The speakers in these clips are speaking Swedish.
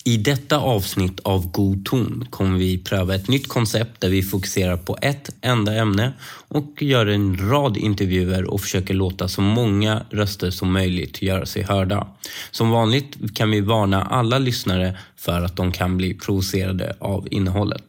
I detta avsnitt av God ton kommer vi pröva ett nytt koncept där vi fokuserar på ett enda ämne och gör en rad intervjuer och försöker låta så många röster som möjligt göra sig hörda. Som vanligt kan vi varna alla lyssnare för att de kan bli provocerade av innehållet.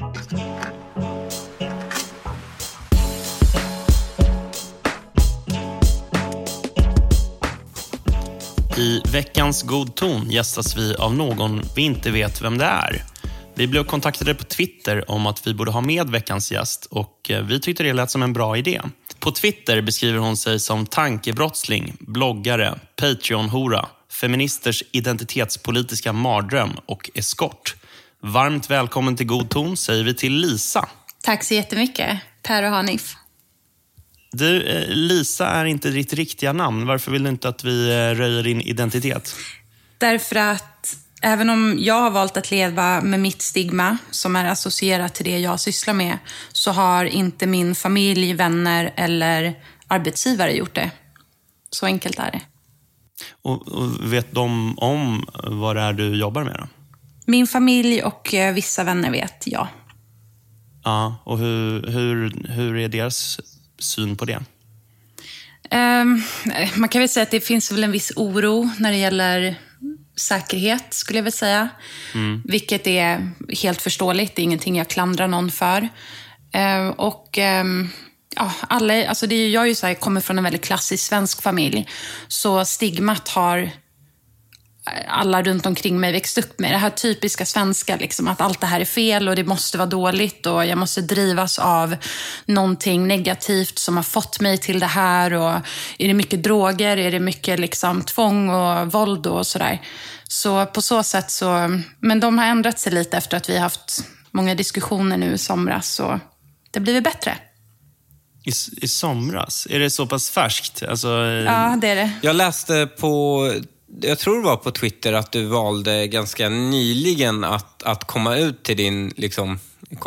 I veckans God ton gästas vi av någon vi inte vet vem det är. Vi blev kontaktade på Twitter om att vi borde ha med veckans gäst och vi tyckte det lät som en bra idé. På Twitter beskriver hon sig som tankebrottsling, bloggare, Patreon-hora, feministers identitetspolitiska mardröm och eskort. Varmt välkommen till God ton säger vi till Lisa. Tack så jättemycket, Per och Hanif. Du, Lisa är inte ditt riktiga namn. Varför vill du inte att vi röjer din identitet? Därför att även om jag har valt att leva med mitt stigma som är associerat till det jag sysslar med, så har inte min familj, vänner eller arbetsgivare gjort det. Så enkelt är det. Och vet de om vad det är du jobbar med då? Min familj och vissa vänner vet, ja. Ja, och hur är deras syn på det? Man kan väl säga att det finns väl en viss oro när det gäller säkerhet, skulle jag väl säga. Vilket är helt förståeligt. Det är ingenting jag klandrar någon för. Alla, alltså jag är ju så här, kommer från en väldigt klassisk svensk familj. Så stigmat har alla runt omkring mig växt upp med. Det här typiska svenska, liksom, att allt det här är fel och det måste vara dåligt och jag måste drivas av någonting negativt som har fått mig till det här. Och är det mycket droger, är det mycket liksom tvång och våld och sådär. Så på så sätt så... Men de har ändrat sig lite efter att vi har haft många diskussioner nu i somras, så det blir bättre. I somras? Är det så pass färskt? Alltså, ja, det är det. Jag läste jag tror det var på Twitter att du valde ganska nyligen att komma ut till din, liksom,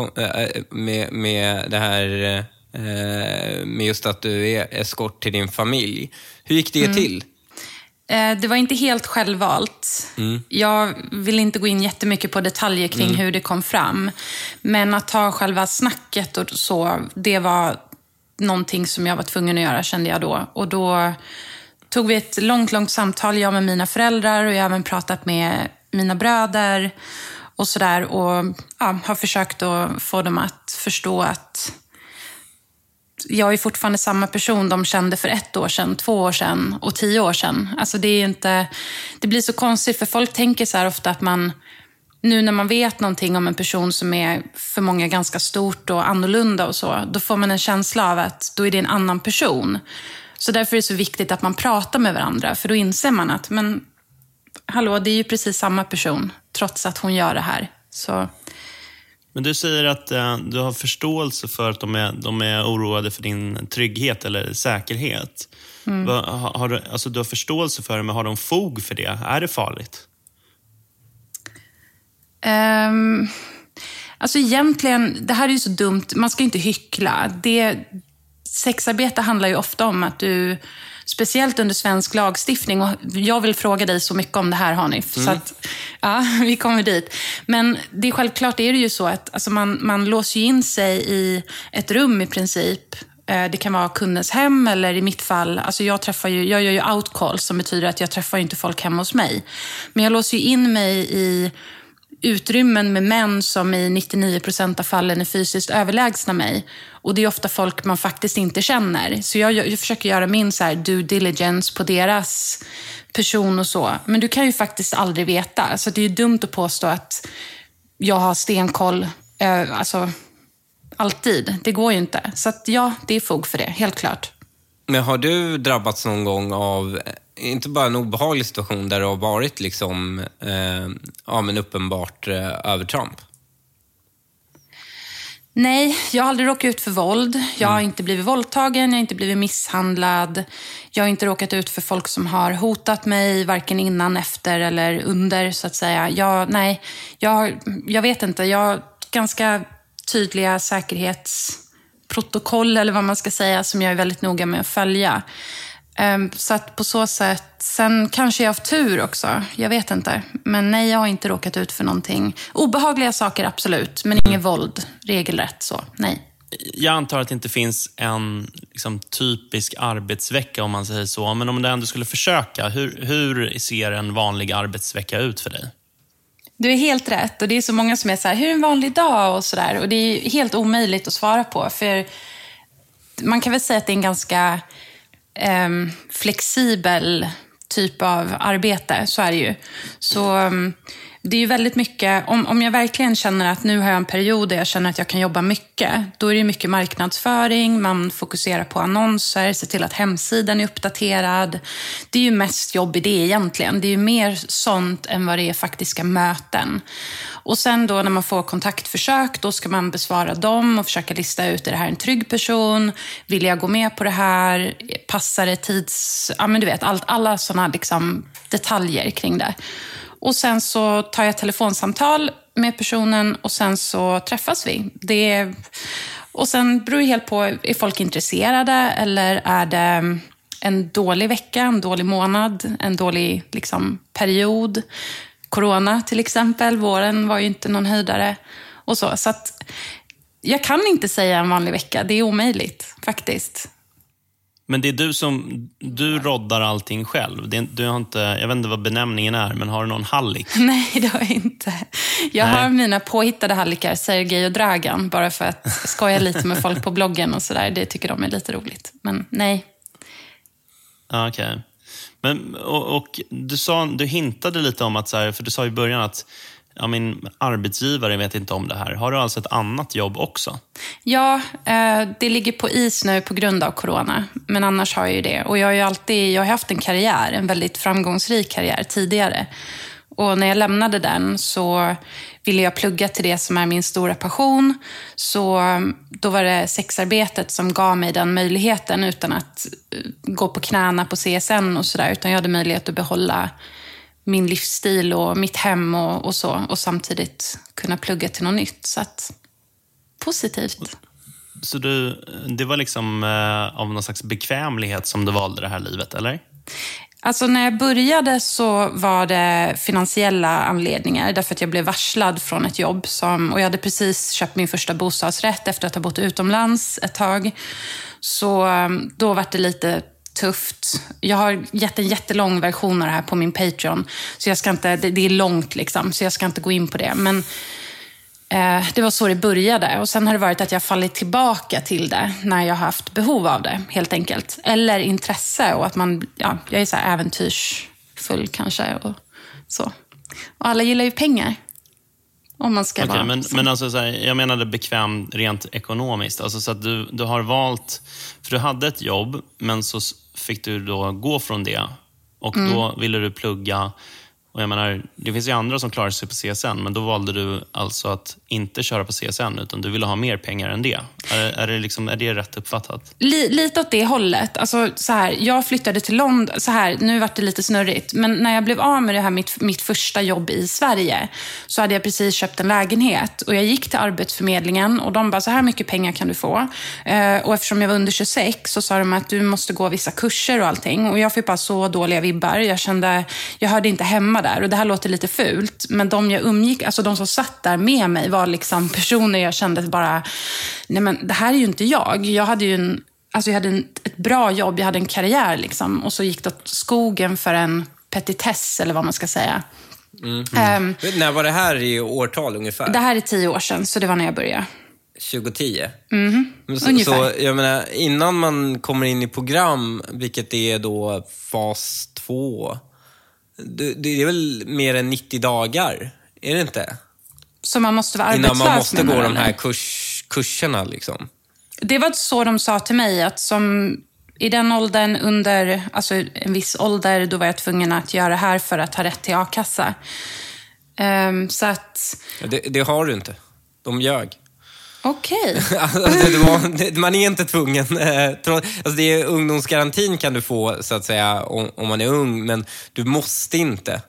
med det här, med just att du är eskort till din familj. Hur gick det till? Det var inte helt självvalt. Jag vill inte gå in jättemycket på detaljer kring hur det kom fram. Men att ta själva snacket och så, det var någonting som jag var tvungen att göra, kände jag då. Och då tog vi ett långt samtal, jag med mina föräldrar, och jag har även pratat med mina bröder och sådär. Och har försökt att få dem att förstå att jag är fortfarande samma person de kände för 1 år sedan, 2 år sedan och 10 år sedan. Alltså det blir så konstigt, för folk tänker så här ofta att man, nu när man vet någonting om en person som är för många ganska stort och annorlunda och så, då får man en känsla av att då är det en annan person. Så därför är det så viktigt att man pratar med varandra, för då inser man att, men hallå, det är ju precis samma person trots att hon gör det här. Så. Men du säger att du har förståelse för att de är oroade för din trygghet eller säkerhet. Du har förståelse för det, men har de fog för det? Är det farligt? Alltså egentligen, det här är ju så dumt, man ska inte hyckla. Sexarbete handlar ju ofta om att du, speciellt under svensk lagstiftning, och jag vill fråga dig så mycket om det här, Hanif, så att vi kommer dit. Men det är självklart, är det ju så att alltså man låser ju in sig i ett rum i princip. Det kan vara kundens hem, eller i mitt fall, alltså jag gör ju outcall, som betyder att jag träffar ju inte folk hemma hos mig. Men jag låser ju in mig i utrymmen med män som i 99% av fallen är fysiskt överlägsna mig. Och det är ofta folk man faktiskt inte känner. Så jag försöker göra min så här due diligence på deras person och så. Men du kan ju faktiskt aldrig veta. Så det är ju dumt att påstå att jag har stenkoll. Alltså, alltid. Det går ju inte. Så att ja, det är fog för det, helt klart. Men har du drabbats någon gång av, inte bara en obehaglig situation där det har varit liksom, men uppenbart övertramp? Nej, jag har aldrig råkat ut för våld. Jag har inte blivit våldtagen, jag har inte blivit misshandlad. Jag har inte råkat ut för folk som har hotat mig, varken innan, efter eller under, så att säga. Jag vet inte. Jag har ganska tydliga säkerhetsprotokoll, eller vad man ska säga, som jag är väldigt noga med att följa. Så att på så sätt, sen kanske jag har haft tur också, jag vet inte. Men nej, jag har inte råkat ut för någonting. Obehagliga saker, absolut, men inget våld, regelrätt så, nej. Jag antar att det inte finns en liksom, typisk arbetsvecka om man säger så. Men om du ändå skulle försöka, hur ser en vanlig arbetsvecka ut för dig? Du är helt rätt och det är så många som är så här, hur är en vanlig dag och sådär. Och det är helt omöjligt att svara på. För man kan väl säga att det är en ganska flexibel typ av arbete, så är det ju. Så det är ju väldigt mycket, om jag verkligen känner att nu har jag en period där jag känner att jag kan jobba mycket, då är det mycket marknadsföring, man fokuserar på annonser, ser till att hemsidan är uppdaterad. Det är ju mest jobb i det egentligen. Det är ju mer sånt än vad det är faktiska möten. Och sen då när man får kontaktförsök, då ska man besvara dem och försöka lista ut, är det här en trygg person? Vill jag gå med på det här? Passar det tids... Ja, men du vet, alla sådana liksom detaljer kring det. Och sen så tar jag telefonsamtal med personen och sen så träffas vi. Och sen beror det helt på, är folk intresserade eller är det en dålig vecka, en dålig månad, en dålig liksom, period. Corona till exempel, våren var ju inte någon höjdare och så. Så att jag kan inte säga en vanlig vecka, det är omöjligt faktiskt. Men det är du roddar allting själv. Du har inte, jag vet inte vad benämningen är, men har du någon hallick? Nej, det har jag inte. Jag har mina påhittade hallikar, Sergej och Dragan, bara för att skoja lite med folk på bloggen och sådär. Det tycker de är lite roligt. Men nej. Okej. Men, och du hintade lite om att, så här, för du sa i början att min arbetsgivare vet inte om det här. Har du alltså ett annat jobb också? Ja, det ligger på is nu på grund av corona. Men annars har jag ju det. Och jag har haft en karriär, en väldigt framgångsrik karriär tidigare. Och när jag lämnade den så ville jag plugga till det som är min stora passion. Så då var det sexarbetet som gav mig den möjligheten utan att gå på knäna på CSN och sådär. Utan jag hade möjlighet att behålla min livsstil och mitt hem och så. Och samtidigt kunna plugga till något nytt. Så att, positivt. Så det var liksom av någon slags bekvämlighet som du valde det här livet, eller? Alltså när jag började så var det finansiella anledningar. Därför att jag blev varslad från ett jobb. Och jag hade precis köpt min första bostadsrätt efter att ha bott utomlands ett tag. Så då var det lite tufft. Jag har gett en jättelång version av det här på min Patreon. Så jag ska inte, det är långt liksom, så jag ska inte gå in på det. Men det var så det började. Och sen har det varit att jag fallit tillbaka till det när jag har haft behov av det, helt enkelt. Eller intresse och att jag är så här äventyrsfull kanske och så. Och alla gillar ju pengar. Om man ska vara men alltså så här, jag menade bekväm rent ekonomiskt. Alltså så att du har valt, för du hade ett jobb men så fick du då gå från det och då ville du plugga. Och jag menar, det finns ju andra som klarar sig på CSN, men då valde du alltså att inte köra på CSN utan du ville ha mer pengar än det. Är det rätt uppfattat? Lite åt det hållet. Alltså, så här, jag flyttade till London, så här, nu vart det lite snurrigt, men när jag blev av med det här mitt första jobb i Sverige så hade jag precis köpt en lägenhet och jag gick till Arbetsförmedlingen och de bara, så här mycket pengar kan du få. Och eftersom jag var under 26 så sa de att du måste gå vissa kurser och allting och jag fick bara så dåliga vibbar. Jag hörde inte hemma där och det här låter lite fult, men de jag umgick, alltså de som satt där med mig var liksom personer jag kände bara, nej men det här är ju inte jag. Jag hade ju ett bra jobb, jag hade en karriär liksom och så gick det åt skogen för en petitess eller vad man ska säga. När var det här i årtal ungefär? Det här är 10 år sedan, så det var när jag började. 2010? Ungefär. Så jag menar, innan man kommer in i program, vilket är då fas 2, det är väl mer än 90 dagar, är det inte? Så man måste vara arbetslös innan man måste gå de här kurserna liksom. Det var så de sa till mig, att som i den åldern under, alltså en viss ålder, då var jag tvungen att göra det här för att ha rätt till a-kassa. Så att... Det har du inte. De ljög. Okej. Alltså, man är inte tvungen. Alltså, det är ungdomsgarantin kan du få så att säga om man är ung, men du måste inte.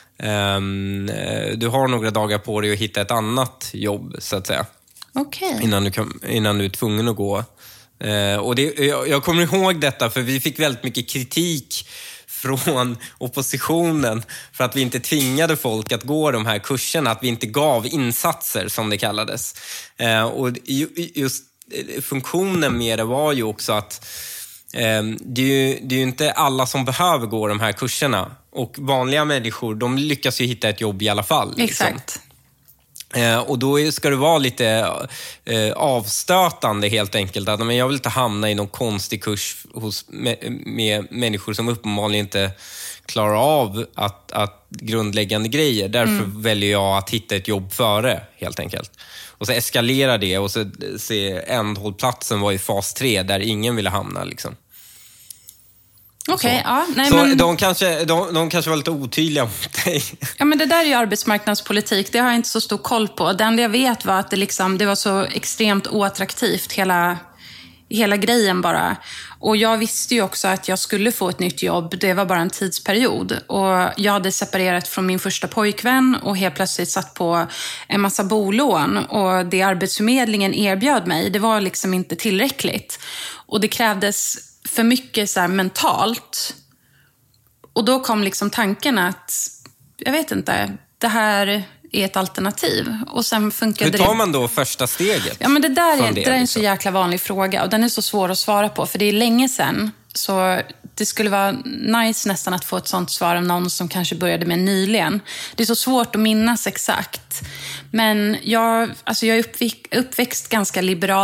Du har några dagar på dig att hitta ett annat jobb så att säga. Okej. Innan du är tvungen att gå Och jag kommer ihåg detta för vi fick väldigt mycket kritik från oppositionen för att vi inte tvingade folk att gå de här kurserna, att vi inte gav insatser som det kallades. Och just funktionen med det var ju också att det är ju inte alla som behöver gå de här kurserna. Och vanliga människor, de lyckas ju hitta ett jobb i alla fall. Liksom. Exakt. Och då ska det vara lite avstötande helt enkelt. Att, men jag vill inte hamna i någon konstig kurs med människor som uppenbarligen inte klarar av att grundläggande grejer. Därför väljer jag att hitta ett jobb före helt enkelt. Och så eskalerar det och så ändhållplatsen var i fas 3 där ingen ville hamna liksom. Okej, ja. Nej, så men... de kanske var lite otydliga mot dig. Ja, men det där är ju arbetsmarknadspolitik. Det har jag inte så stor koll på. Det enda jag vet var att det var så extremt oattraktivt, hela grejen bara. Och jag visste ju också att jag skulle få ett nytt jobb. Det var bara en tidsperiod. Och jag hade separerat från min första pojkvän och helt plötsligt satt på en massa bolån. Och det Arbetsförmedlingen erbjöd mig, det var liksom inte tillräckligt. Och det krävdes för mycket så här mentalt. Och då kom liksom tanken att, jag vet inte, det här är ett alternativ. Och sen funkade det. Hur tar man då första steget? Ja, men det där är en så jäkla vanlig fråga. Och den är så svår att svara på. För det är länge sedan. Så det skulle vara nice nästan att få ett sånt svar av någon som kanske började med nyligen. Det är så svårt att minnas exakt. Men jag är uppväxt ganska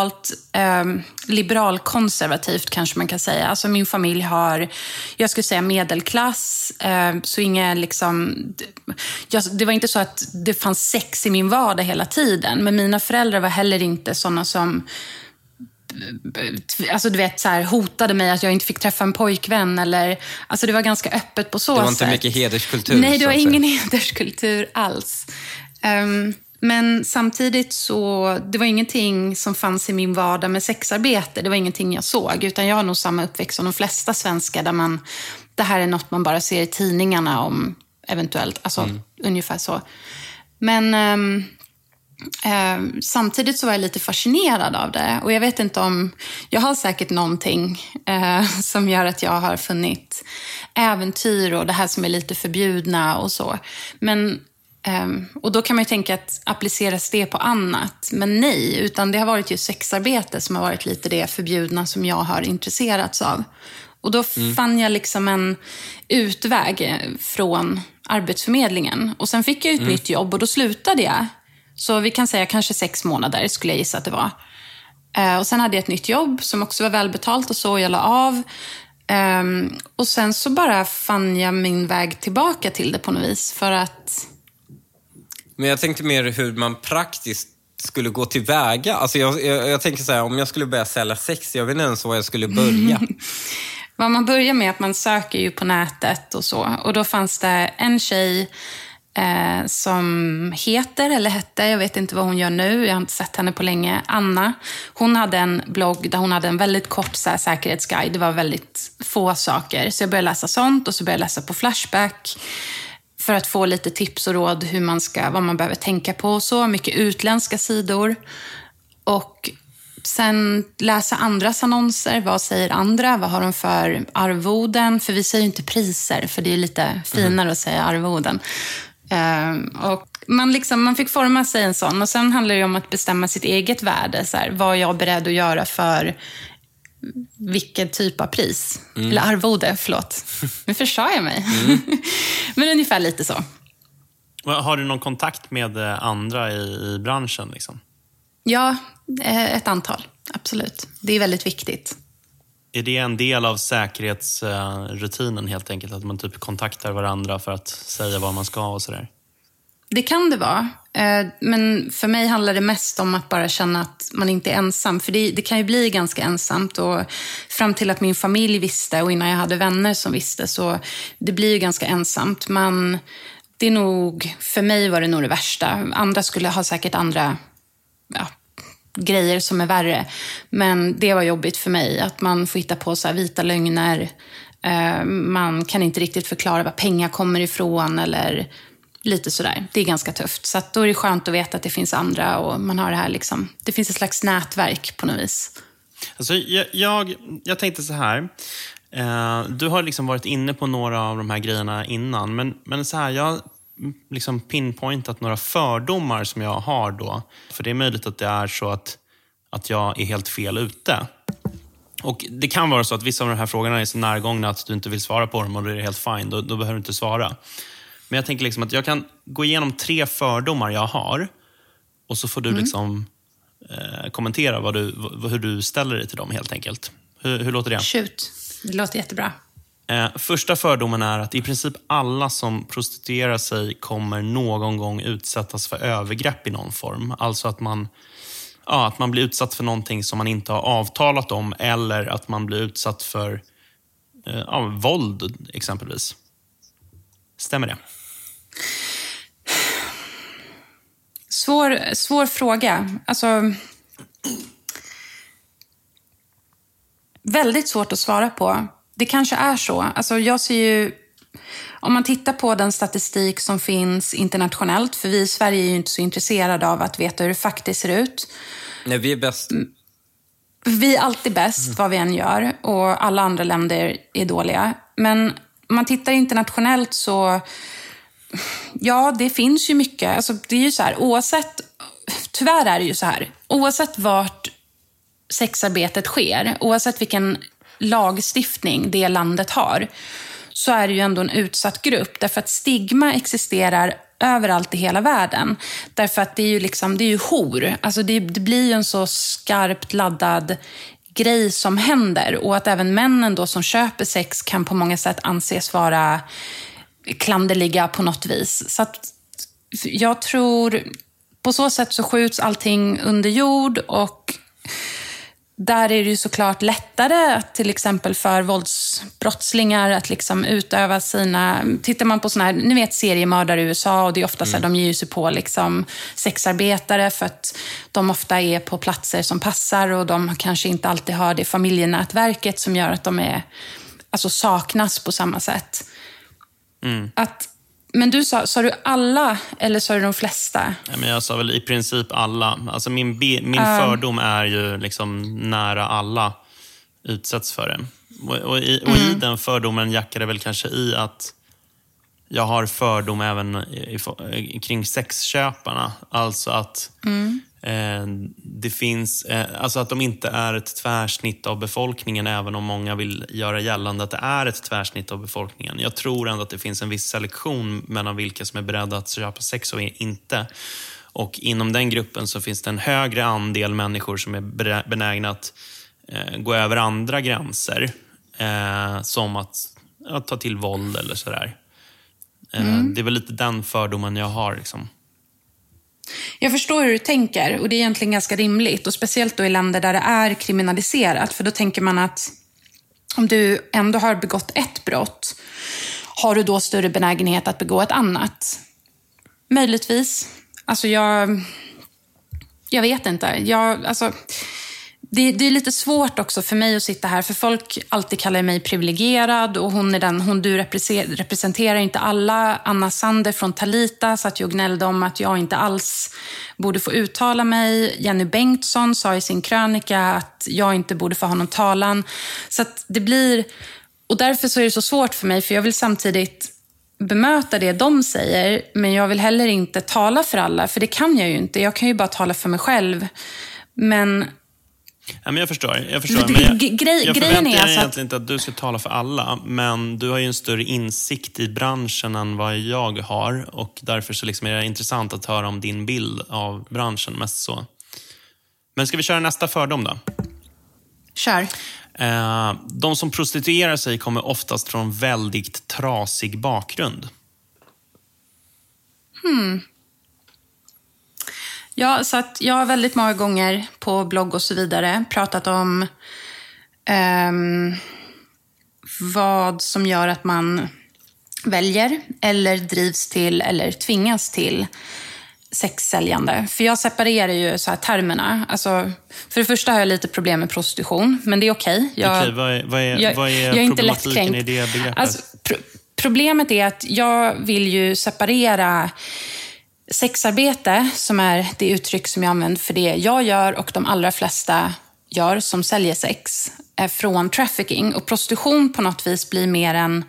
liberalkonservativt kanske man kan säga. Alltså min familj har, jag skulle säga medelklass. Så inga liksom, det var inte så att det fanns sex i min vardag hela tiden. Men mina föräldrar var heller inte sådana som, alltså du vet så här, hotade mig att jag inte fick träffa en pojkvän eller, alltså det var ganska öppet på så sätt. Det var inte mycket hederskultur. Nej, det var ingen hederskultur alls. Men samtidigt så, det var ingenting som fanns i min vardag med sexarbete. Det var ingenting jag såg, utan jag har nog samma uppväxt som de flesta svenskar där det här är något man bara ser i tidningarna om eventuellt, alltså ungefär så. Men samtidigt så var jag lite fascinerad av det. Och jag vet inte om, jag har säkert någonting som gör att jag har funnit äventyr och det här som är lite förbjudna och så. Men och då kan man ju tänka att appliceras det på annat. Men nej, utan det har varit ju sexarbete som har varit lite det förbjudna som jag har intresserats av. Och då fann jag liksom en utväg från Arbetsförmedlingen. Och sen fick jag ett nytt jobb och då slutade jag. Så vi kan säga kanske 6 månader skulle jag gissa att det var. Och sen hade jag ett nytt jobb som också var välbetalt och så jag la av. Och sen så bara fann jag min väg tillbaka till det på något vis. För att... Men jag tänkte mer hur man praktiskt skulle gå tillväga. Alltså jag tänker så här, om jag skulle börja sälja sex, jag vet inte ens var jag skulle börja. Vad man börjar med är att man söker ju på nätet och så. Och då fanns det en tjej som hette, jag vet inte vad hon gör nu, jag har inte sett henne på länge, Anna. Hon hade en blogg där hon hade en väldigt kort säkerhetsguide. Det var väldigt få saker. Så jag började läsa sånt och så började jag läsa på Flashback för att få lite tips och råd vad man behöver tänka på och så. Mycket utländska sidor. Och sen läsa andras annonser. Vad säger andra? Vad har de för arvoden? För vi säger inte priser, för det är lite finare att säga arvoden. Och man fick forma sig en sån. Och sen handlar det om att bestämma sitt eget värde. Så här, vad är jag beredd att göra för vilken typ av pris? Eller arvode, förlåt. Nu försade jag mig. Men ungefär lite så. Har du någon kontakt med andra i branschen? Liksom? Ja, ett antal. Absolut. Det är väldigt viktigt. Är det en del av säkerhetsrutinen helt enkelt? Att man typ kontaktar varandra för att säga vad man ska och sådär? Det kan det vara. Men för mig handlar det mest om att bara känna att man inte är ensam. För det kan ju bli ganska ensamt. Och fram till att min familj visste och innan jag hade vänner som visste. Så det blir ju ganska ensamt. Det är nog, för mig var det nog det värsta. Andra skulle ha säkert andra grejer som är värre. Men det var jobbigt för mig. Att man får hitta på så här vita lögner. Man kan inte riktigt förklara var pengar kommer ifrån. Eller lite sådär. Det är ganska tufft. Så att då är det skönt att veta att det finns andra. Och man har det här liksom. Det finns ett slags nätverk på något vis. Alltså, jag tänkte så här. Du har liksom varit inne på några av de här grejerna innan. Men så här, jag har liksom pinpointat några fördomar som jag har då. För det är möjligt att det är så att jag är helt fel ute. Och det kan vara så att vissa av de här frågorna är så närgångna att du inte vill svara på dem och det är helt fine. Då behöver du inte svara. Men jag tänker liksom att jag kan gå igenom 3 fördomar jag har. Och så får du liksom kommentera hur du ställer dig till dem helt enkelt. Hur låter det? Shoot, det låter jättebra. Första fördomen är att i princip alla som prostituerar sig kommer någon gång utsättas för övergrepp i någon form. Alltså att man blir utsatt för någonting som man inte har avtalat om, eller att man blir utsatt för våld exempelvis. Stämmer det? Svår fråga. Alltså, väldigt svårt att svara på. Det kanske är så. Alltså, jag ser ju, om man tittar på den statistik som finns internationellt, för vi i Sverige är ju inte så intresserade av att veta hur det faktiskt ser ut. Nej, vi är bäst. Vi är alltid bäst vad vi än gör, och alla andra länder är dåliga. Men om man tittar internationellt så, ja, det finns ju mycket. Alltså, det är ju så här, tyvärr är det ju så här, oavsett vart sexarbetet sker, oavsett vilken lagstiftning det landet har, så är det ju ändå en utsatt grupp. Därför att stigma existerar överallt i hela världen. Därför att det är ju liksom, det är ju hor. Alltså det blir ju en så skarpt laddad grej som händer. Och att även männen då som köper sex kan på många sätt anses vara klanderliga på något vis. Så att jag tror, på så sätt så skjuts allting under jord, och där är det ju såklart lättare att till exempel för våldsbrottslingar att liksom utöva sina... Tittar man på såna här, ni vet, seriemördare i USA, och det är ofta så här, de ger sig på liksom sexarbetare för att de ofta är på platser som passar, och de kanske inte alltid har det familjenätverket som gör att de är, alltså, saknas på samma sätt. Men du sa du alla, eller sa du de flesta? Ja, men jag sa väl i princip alla. Alltså min fördom är ju liksom nära alla utsätts för det. Och i den fördomen jackar det väl kanske i att jag har fördom även kring sexköparna. Alltså att det finns, alltså att de inte är ett tvärsnitt av befolkningen, även om många vill göra gällande att det är ett tvärsnitt av befolkningen. Jag tror ändå att det finns en viss selektion mellan vilka som är beredda att köpa sex och inte. Och inom den gruppen så finns det en högre andel människor som är benägna att gå över andra gränser, som att ta till våld eller sådär. Det är väl lite den fördomen jag har liksom. Jag förstår hur du tänker, och det är egentligen ganska rimligt, och speciellt då i länder där det är kriminaliserat, för då tänker man att om du ändå har begått ett brott, har du då större benägenhet att begå ett annat? Möjligtvis. Alltså jag vet inte. Det är lite svårt också för mig att sitta här, för folk alltid kallar mig privilegierad, och du representerar inte alla. Anna Sander från Talita satt ju och gnällde om att jag inte alls borde få uttala mig. Jenny Bengtsson sa i sin krönika att jag inte borde få ha någon talan. Så att det blir, och därför så är det så svårt för mig, för jag vill samtidigt bemöta det de säger, men jag vill heller inte tala för alla, för det kan jag ju inte. Jag kan ju bara tala för mig själv. Men ja, men jag förstår. Men jag förväntar mig egentligen inte att du ska tala för alla, men du har ju en större insikt i branschen än vad jag har, och därför så liksom är det intressant att höra om din bild av branschen, mest så. Men ska vi köra nästa fördom då? Kör. De som prostituerar sig kommer oftast från väldigt trasig bakgrund. Ja, så att jag har väldigt många gånger på blogg och så vidare pratat om vad som gör att man väljer eller drivs till eller tvingas till sexsäljande. För jag separerar ju så här termerna. Alltså, för det första har jag lite problem med prostitution, men det är okej. Vad är problematiken i det begreppet? Alltså, problemet är att jag vill ju separera sexarbete, som är det uttryck som jag använder för det jag gör, och de allra flesta gör som säljer sex från trafficking. Och prostitution på något vis blir mer en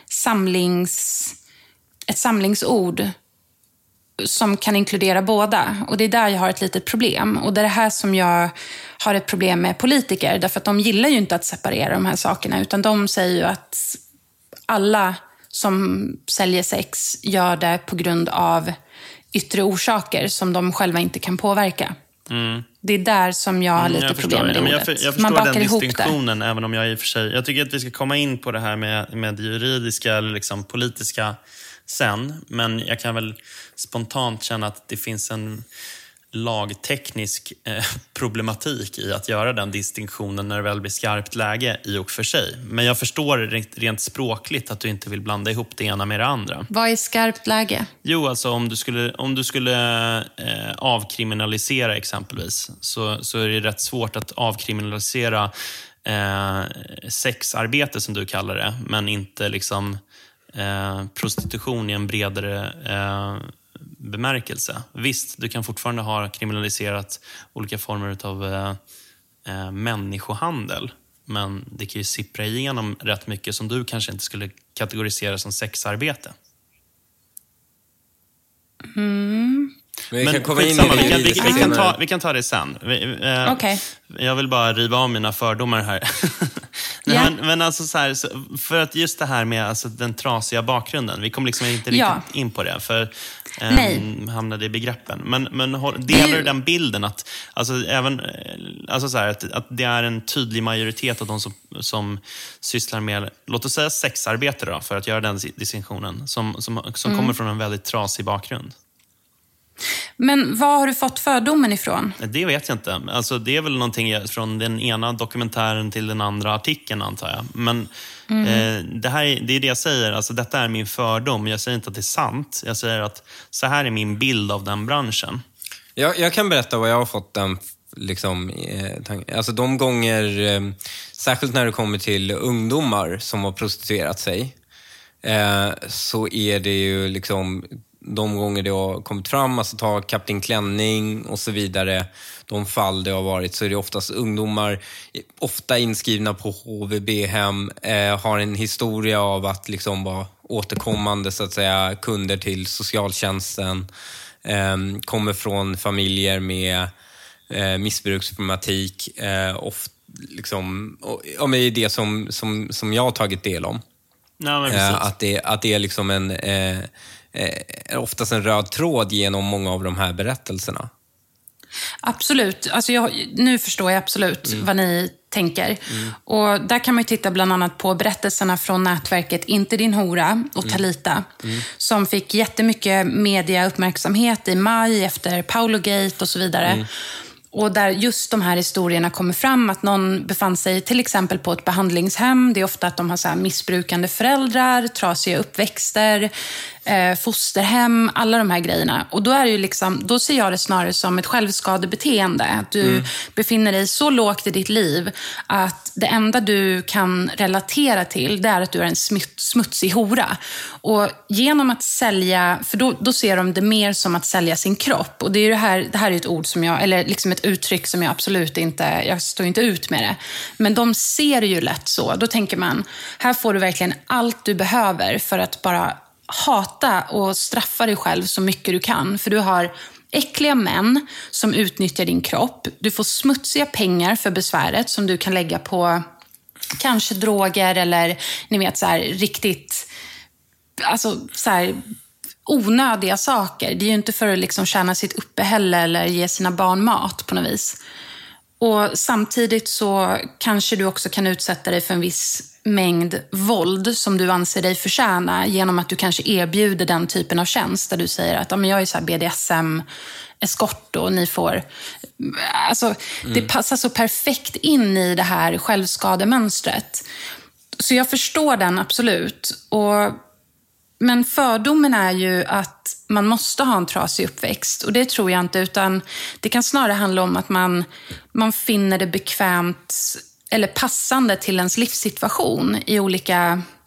ett samlingsord som kan inkludera båda. Och det är där jag har ett litet problem. Och det är det här som jag har ett problem med politiker. Därför att de gillar ju inte att separera de här sakerna. Utan de säger ju att alla som säljer sex gör det på grund av yttre orsaker som de själva inte kan påverka. Det är där som jag har lite problem med det ordet. Jag förstår den distinktionen, även om jag i och för sig... Jag tycker att vi ska komma in på det här med det juridiska eller liksom politiska sen. Men jag kan väl spontant känna att det finns en lagteknisk problematik i att göra den distinktionen när det väl blir skarpt läge i och för sig. Men jag förstår rent språkligt att du inte vill blanda ihop det ena med det andra. Vad är skarpt läge? Jo, alltså om du skulle avkriminalisera exempelvis så är det rätt svårt att avkriminalisera sexarbete som du kallar det, men inte liksom prostitution i en bredare bemärkelse. Visst, du kan fortfarande ha kriminaliserat olika former av människohandel, men det kan ju sippra igenom rätt mycket som du kanske inte skulle kategorisera som sexarbete. Men vi kan ta det sen. Okay. Jag vill bara riva av mina fördomar här. Nej, men alltså så här, för att just det här med alltså den trasiga bakgrunden, vi kommer liksom inte riktigt in på det för hamnade i begreppen. Men delar du den bilden att alltså även alltså så här, att det är en tydlig majoritet av de som sysslar med, låt oss säga sexarbete då, för att göra den distinktionen, som kommer från en väldigt trasig bakgrund? Men vad har du fått fördomen ifrån? Det vet jag inte. Alltså, det är väl någonting från den ena dokumentären till den andra artikeln, antar jag. Men det är det jag säger. Alltså, detta är min fördom. Jag säger inte att det är sant. Jag säger att så här är min bild av den branschen. Jag kan berätta vad jag har fått den liksom, alltså de gånger, särskilt när det kommer till ungdomar som har prostituerat sig, så är det ju liksom de gånger det har kommit fram, alltså ta Kapten Klänning och så vidare, de fall det har varit, så är det oftast ungdomar, ofta inskrivna på HVB-hem, har en historia av att liksom vara återkommande så att säga kunder till socialtjänsten, kommer från familjer med missbruksproblematik, liksom, och det är det som jag har tagit del om. Att det är liksom oftast en röd tråd genom många av de här berättelserna. Absolut. Alltså nu förstår jag absolut vad ni tänker. Och där kan man ju titta bland annat på berättelserna från nätverket Inte din hora och Talita, som fick jättemycket mediauppmärksamhet i maj efter Paolo-gate och så vidare. Och där just de här historierna kommer fram, att någon befann sig till exempel på ett behandlingshem. Det är ofta att de har så här missbrukande föräldrar, trasiga uppväxter, fosterhem, alla de här grejerna. Och då är det ju liksom, då ser jag det snarare som ett självskadebeteende. Att du befinner dig så lågt i ditt liv att det enda du kan relatera till, det är att du är en smutsig hora. Och genom att sälja, för då ser de det mer som att sälja sin kropp. Och det är ju det här är ett ord som eller liksom ett uttryck som jag absolut inte, jag står inte ut med det. Men de ser det ju lätt så. Då tänker man, här får du verkligen allt du behöver för att bara hata och straffa dig själv så mycket du kan. För du har äckliga män som utnyttjar din kropp. Du får smutsiga pengar för besväret som du kan lägga på kanske droger eller ni vet så här riktigt, alltså så här onödiga saker. Det är ju inte för att liksom tjäna sitt uppehälle eller ge sina barn mat på något vis. Och samtidigt så kanske du också kan utsätta dig för en viss mängd våld som du anser dig förtjäna genom att du kanske erbjuder den typen av tjänst där du säger att jag är så här BDSM-eskort och ni får... Alltså, det passar så perfekt in i det här självskademönstret. Så jag förstår den absolut. Men fördomen är ju att man måste ha en trasig uppväxt. Och det tror jag inte, utan det kan snarare handla om att man finner det bekvämt eller passande till ens livssituation i olika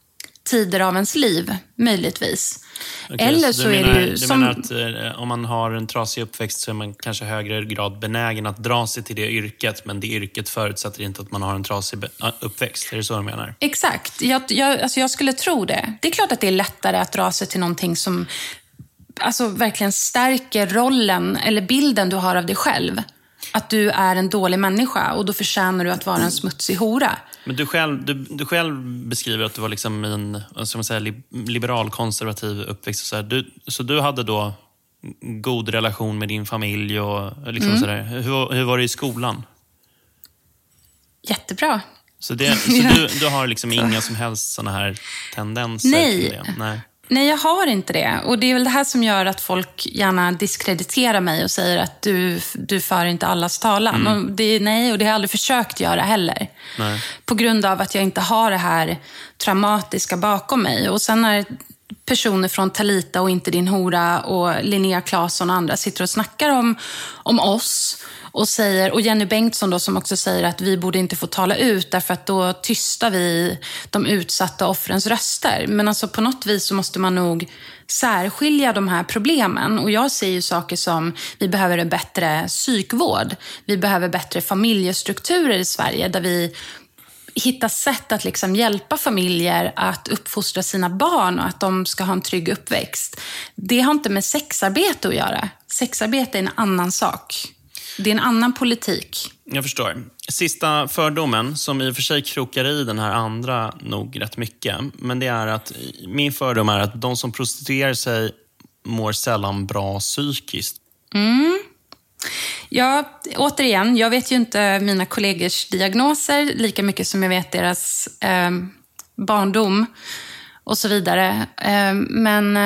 tider av ens liv, möjligtvis. Okay, eller så är det ju du som... menar att om man har en trasig uppväxt så är man kanske högre grad benägen att dra sig till det yrket, men det yrket förutsätter inte att man har en trasig uppväxt. Är det så du menar? Exakt. Jag skulle tro det. Det är klart att det är lättare att dra sig till någonting som verkligen stärker rollen eller bilden du har av dig själv. Att du är en dålig människa och då förtjänar du att vara en smutsig hora. Men du själv beskriver att du var liksom en liberal-konservativ uppväxt. Så du hade då god relation med din familj och liksom sådär. Hur var det i skolan? Jättebra. Så du har liksom inga som helst såna här tendenser till det? Nej, jag har inte det. Och det är väl det här som gör att folk gärna diskrediterar mig och säger att du för inte allas talan. Och det har jag aldrig försökt göra heller. Nej. På grund av att jag inte har det här traumatiska bakom mig. Och sen när personer från Talita och Inte din hora och Linnea Claesson och andra sitter och snackar om oss och Jenny Bengtsson då, som också säger att vi borde inte få tala ut därför att då tystar vi de utsatta offrens röster. Men alltså på något vis så måste man nog särskilja de här problemen. Och jag ser ju saker som vi behöver en bättre psykvård. Vi behöver bättre familjestrukturer i Sverige där vi hitta sätt att liksom hjälpa familjer att uppfostra sina barn och att de ska ha en trygg uppväxt. Det har inte med sexarbete att göra. Sexarbete är en annan sak. Det är en annan politik. Jag förstår. Sista fördomen, som i och för sig krokar i den här andra nog rätt mycket. Men det är att min fördom är att de som prostituerar sig mår sällan bra psykiskt. Ja, återigen, jag vet ju inte mina kollegors diagnoser lika mycket som jag vet deras barndom och så vidare. Men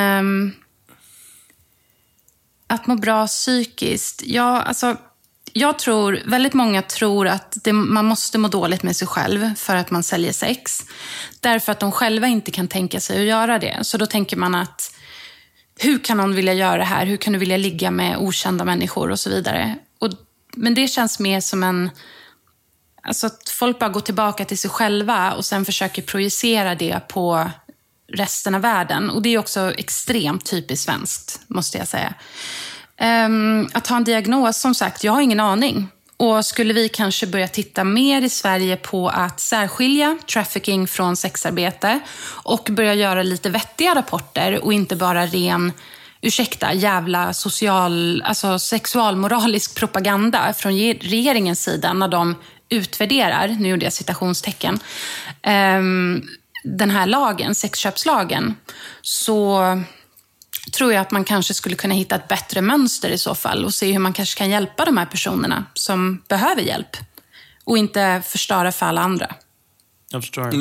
att må bra psykiskt, jag tror, väldigt många tror att man måste må dåligt med sig själv för att man säljer sex. Därför att de själva inte kan tänka sig att göra det. Så då tänker man att hur kan någon vilja göra det här? Hur kan du vilja ligga med okända människor och så vidare? Men det känns mer som att folk bara går tillbaka till sig själva och sen försöker projicera det på resten av världen. Och det är också extremt typiskt svenskt, måste jag säga. Att ha en diagnos, som sagt, jag har ingen aning. Och skulle vi kanske börja titta mer i Sverige på att särskilja trafficking från sexarbete och börja göra lite vettiga rapporter och inte bara jävla sexualmoralisk propaganda från regeringens sida när de utvärderar, nu gjorde jag citationstecken, den här lagen, sexköpslagen, så tror jag att man kanske skulle kunna hitta ett bättre mönster i så fall och se hur man kanske kan hjälpa de här personerna som behöver hjälp och inte förstöra för alla andra. Jag förstår.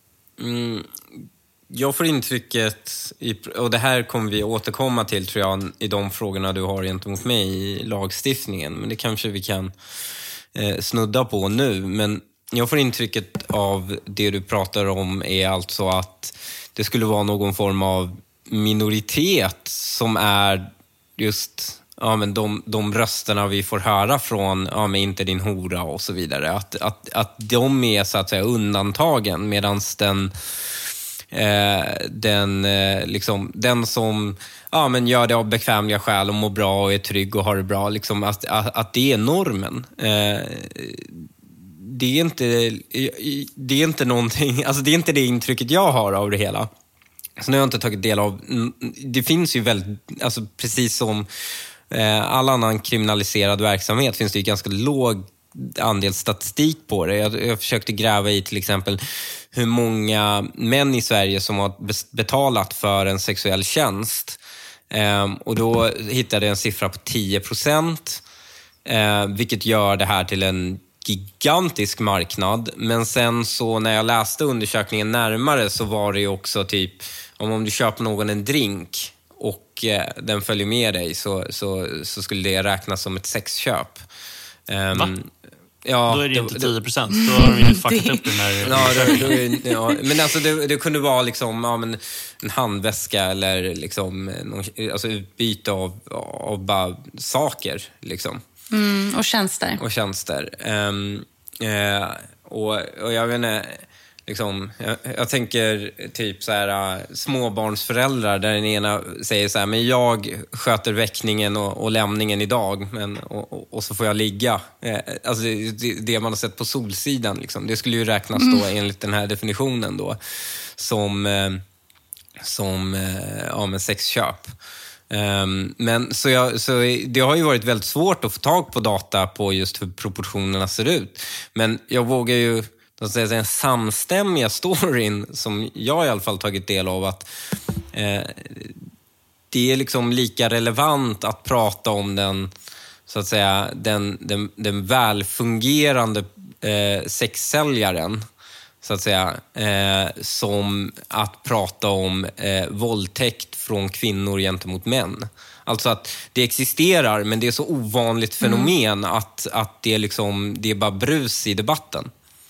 Jag får intrycket, och det här kommer vi återkomma till tror jag i de frågorna du har gentemot mig i lagstiftningen, men det kanske vi kan snudda på nu. Men jag får intrycket av det du pratar om är alltså att det skulle vara någon form av minoritet som är just de rösterna vi får höra från Inte din hora och så vidare. Att de är så att säga undantagen, medan den som gör det av bekvämliga skäl och mår bra och är trygg och har det bra, liksom, att det är normen. Det är inte någonting, alltså det är inte det intrycket jag har av det hela. Så nu har jag inte tagit del av, det finns ju väldigt, alltså precis som all annan kriminaliserad verksamhet finns det ju ganska låg andel statistik på det. Jag försökte gräva i till exempel hur många män i Sverige som har betalat för en sexuell tjänst. Och då hittade jag en siffra på 10%, vilket gör det här till en gigantisk marknad. Men sen så när jag läste undersökningen närmare så var det ju också typ om du köper någon en drink och den följer med dig så skulle det räknas som ett sexköp. Va? Ja, då är det inte 10%. Då har vi ju fuckat upp den här. Men alltså det kunde vara liksom en handväska eller liksom utbyte av bara saker liksom. Och tjänster. Och jag vet inte, liksom, jag tänker typ så här småbarnsföräldrar där den ena säger så här, men jag sköter väckningen och lämningen idag, och så får jag ligga. Alltså det man har sett på Solsidan liksom, det skulle ju räknas då enligt den här definitionen då som sexköp. Men så det har ju varit väldigt svårt att få tag på data på just hur proportionerna ser ut. Men jag vågar ju den samstämmiga storyn som jag i alla fall tagit del av, att det är liksom lika relevant att prata om den, så att säga, den välfungerande sexsäljaren, så att säga, som att prata om våldtäkt från kvinnor gentemot män. Alltså att det existerar, men det är så ovanligt fenomen att det är bara brus i debatten.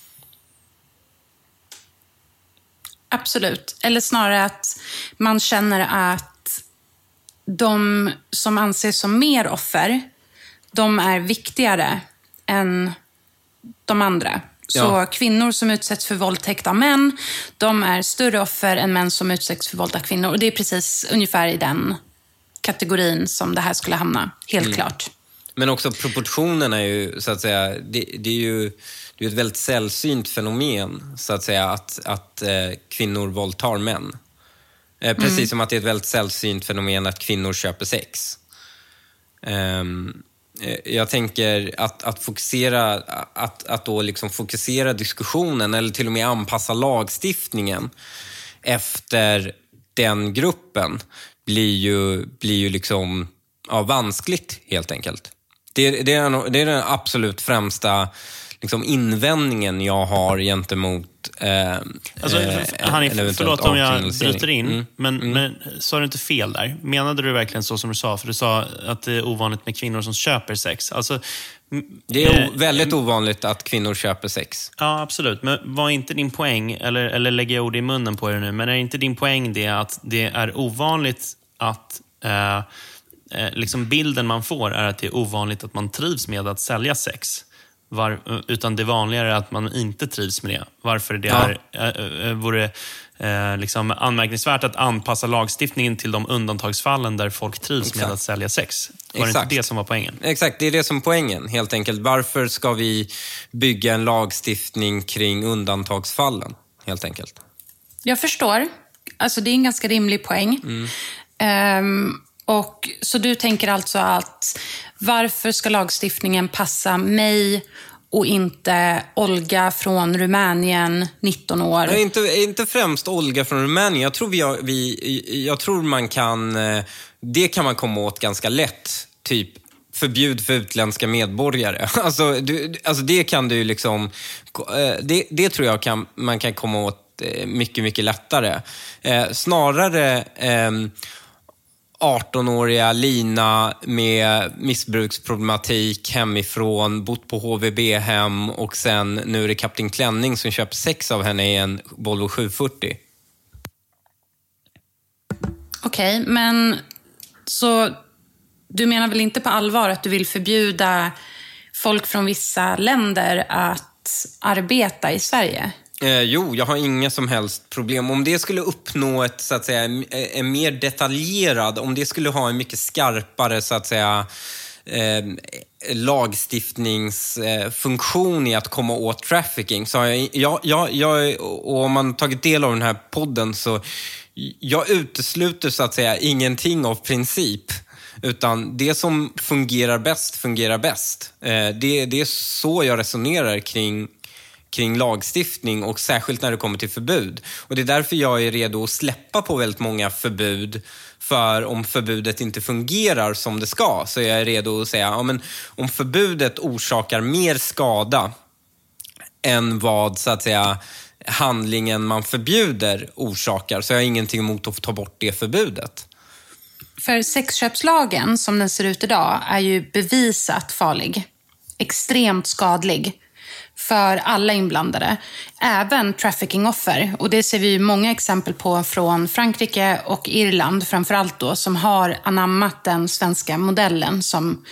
Absolut. Eller snarare att man känner att de som anses som mer offer, de är viktigare än de andra. Så kvinnor som utsätts för våldtäkt av män, de är större offer än män som utsätts för våld av kvinnor. Och det är precis ungefär i den kategorin som det här skulle hamna. Helt klart. Men också proportionerna är ju, så att säga, det är ju ett väldigt sällsynt fenomen, så att säga, att kvinnor våldtar män. Precis som att det är ett väldigt sällsynt fenomen att kvinnor köper sex. Jag tänker att fokusera, att då liksom fokusera diskussionen, eller till och med anpassa lagstiftningen efter den gruppen, blir ju liksom vanskligt, helt enkelt. Det är den absolut främsta liksom invändningen jag har gentemot Hanif, förlåt om jag bryter in, men sa du inte fel där? Menade du verkligen så som du sa? För du sa att det är ovanligt med kvinnor som köper sex. Alltså, det är väldigt ovanligt att kvinnor köper sex. Ja, absolut. Men var inte din poäng, eller lägger jag ord i munnen på er nu, men är inte din poäng det att det är ovanligt att liksom bilden man får är att det är ovanligt att man trivs med att sälja sex? Utan det vanligare är att man inte trivs med det. Varför det vore liksom anmärkningsvärt att anpassa lagstiftningen till de undantagsfallen där folk trivs med att sälja sex. Var det inte det som var poängen? Exakt, det är det som är poängen, helt enkelt. Varför ska vi bygga en lagstiftning kring undantagsfallen, helt enkelt? Jag förstår. Alltså det är en ganska rimlig poäng. Och så du tänker alltså att varför ska lagstiftningen passa mig och inte Olga från Rumänien, 19 år? Nej, inte främst Olga från Rumänien. Jag tror jag tror man kan, det kan man komma åt ganska lätt. Typ förbjud för utländska medborgare. Alltså det kan du liksom, det tror jag man kan komma åt mycket, mycket lättare. Snarare 18-åriga Lina med missbruksproblematik hemifrån, bott på HVB-hem, och sen nu är det Kapten Klänning som köper sex av henne i en Volvo 740. Okej, men så du menar väl inte på allvar att du vill förbjuda folk från vissa länder att arbeta i Sverige? Jo, jag har inga som helst problem. Om det skulle uppnå ett, så att säga, en mer detaljerad, om det skulle ha en mycket skarpare, så att säga, lagstiftningsfunktion i att komma åt trafficking, så har jag och om man tagit del av den här podden, så jag utesluter, så att säga, ingenting av princip. Utan det som fungerar bäst. Det är så jag resonerar kring lagstiftning, och särskilt när det kommer till förbud. Och det är därför jag är redo att släppa på väldigt många förbud. För om förbudet inte fungerar som det ska, så är jag redo att säga, ja, men om förbudet orsakar mer skada än vad, så att säga, handlingen man förbjuder orsakar, så jag har ingenting emot att ta bort det förbudet. För sexköpslagen som den ser ut idag är ju bevisat farlig. Extremt skadlig för alla inblandade. Även traffickingoffer. Och det ser vi ju många exempel på från Frankrike och Irland framförallt då, som har anammat den svenska modellen som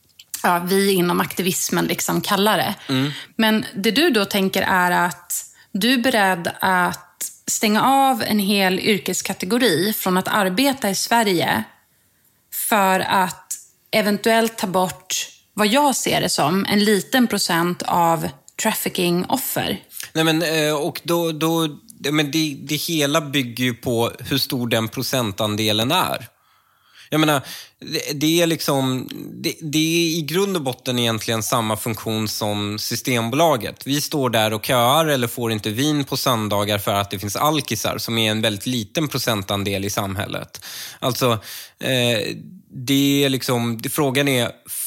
vi inom aktivismen liksom kallar det. Men det du då tänker är att du beredd att stänga av en hel yrkeskategori från att arbeta i Sverige för att eventuellt ta bort vad jag ser det som en liten procent av trafficking-offer? Nej, men och men det hela bygger ju på hur stor den procentandelen är. Jag menar, det är liksom det är i grund och botten egentligen samma funktion som Systembolaget. Vi står där och köar eller får inte vin på söndagar för att det finns alkisar som är en väldigt liten procentandel i samhället. Alltså, det är liksom, frågan är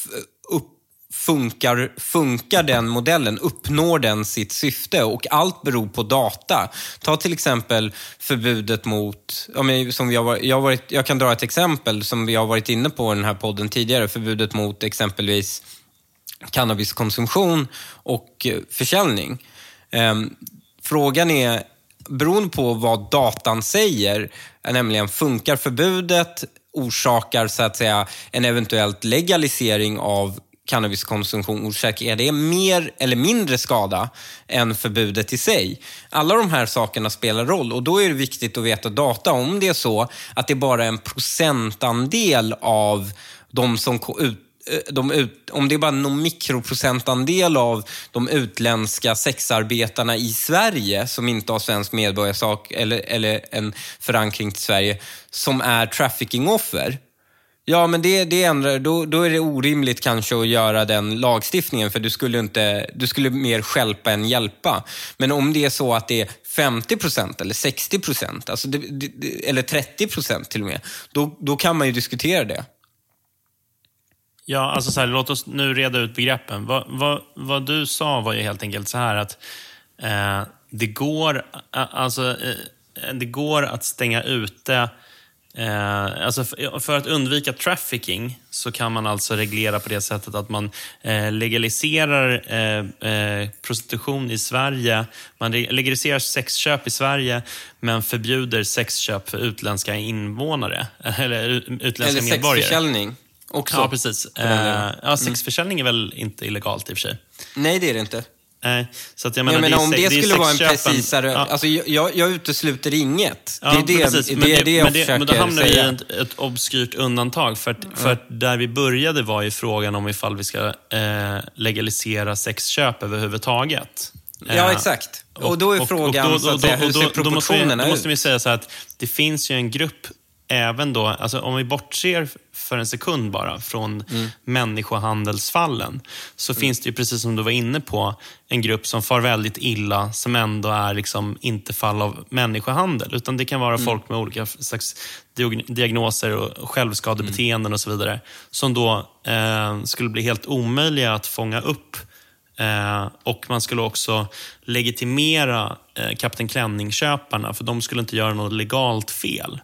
funkar den modellen, uppnår den sitt syfte, och allt beror på data. Ta till exempel förbudet mot, som jag kan dra ett exempel som vi har varit inne på i den här podden tidigare, förbudet mot exempelvis cannabiskonsumtion och försäljning. Frågan är, beroende på vad datan säger, är nämligen, funkar förbudet, orsakar så att säga en eventuellt legalisering av cannabiskonsumtion, är det mer eller mindre skada än förbudet i sig? Alla de här sakerna spelar roll, och då är det viktigt att veta data. Om det är så att det bara är en procentandel av de som om det är bara någon mikroprocentandel av de utländska sexarbetarna i Sverige som inte har svensk medborgarskap eller en förankring till Sverige som är trafficking-offer, ja, men det ändrar, då är det orimligt kanske att göra den lagstiftningen, för du skulle mer stjälpa än hjälpa. Men om det är så att det är 50% eller 60%, alltså eller 30% till och med, då kan man ju diskutera det. Ja, alltså så här, låt oss nu reda ut begreppen. Vad du sa var ju helt enkelt så här att det går att stänga ute. Alltså för att undvika trafficking så kan man alltså reglera på det sättet att man legaliserar prostitution i Sverige. Man legaliserar sexköp i Sverige, men förbjuder sexköp för utländska invånare eller utländska medborgare. Eller sexförsäljning också. Ja, precis. Sexförsäljning är väl inte illegalt i och för sig. Nej, det är det inte. Så att jag menar, om det skulle vara en precisare... Ja. Alltså, jag utesluter inget. Ja, det är det jag försöker säga. Men då hamnar vi i ett obskyrt undantag. För att där vi började var ju frågan om ifall vi ska legalisera sexköp överhuvudtaget. Ja, exakt. Och då är frågan så att säga, hur ser proportionerna ut? Då måste vi säga så här att det finns ju en grupp även då, alltså om vi bortser för en sekund bara från människohandelsfallen, så finns det ju, precis som du var inne på, en grupp som far väldigt illa, som ändå är liksom inte fall av människohandel, utan det kan vara folk med olika slags diagnoser och självskadebeteenden och så vidare, som då skulle bli helt omöjliga att fånga upp. Och man skulle också legitimera Kapten Klänning-köparna, för de skulle inte göra något legalt fel.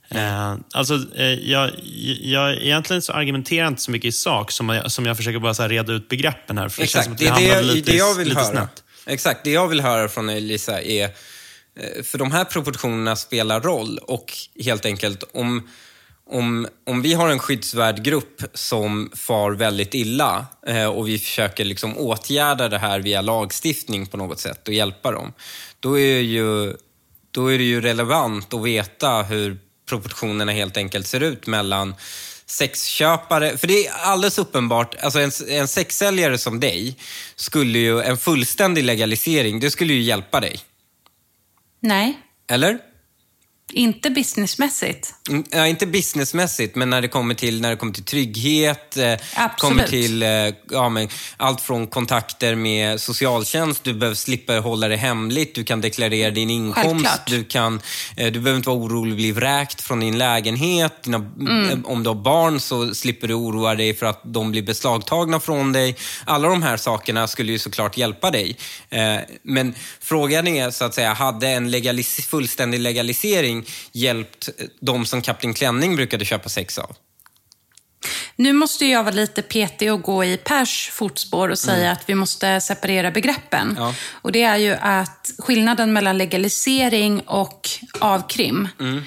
Egentligen så argumenterar jag inte så mycket i sak som jag försöker bara så här reda ut begreppen här, för exakt, det känns som att lite höra. Snabbt. Exakt, det jag vill höra från Elisa är, för de här proportionerna spelar roll, och helt enkelt om vi har en skyddsvärd grupp som far väldigt illa och vi försöker liksom åtgärda det här via lagstiftning på något sätt och hjälpa dem, då är det ju relevant att veta hur proportionerna helt enkelt ser ut mellan sexköpare. För det är alldeles uppenbart, alltså en sexsäljare som dig skulle ju, en fullständig legalisering, det skulle ju hjälpa dig. Nej. Eller? Inte businessmässigt. Ja, inte businessmässigt, men när det kommer till trygghet, kommer till allt från kontakter med socialtjänst, du behöver slippa hålla det hemligt, du kan deklarera din inkomst, du behöver inte vara orolig att bli vräkt från din lägenhet, om du har barn så slipper du oroa dig för att de blir beslagtagna från dig. Alla de här sakerna skulle ju såklart hjälpa dig. Men frågan är så att säga, hade en fullständig legalisering hjälpt de som Kapten Klänning brukade köpa sex av? Nu måste jag vara lite petig och gå i Pers fotspår och säga att vi måste separera begreppen. Ja. Och det är ju att skillnaden mellan legalisering och avkrim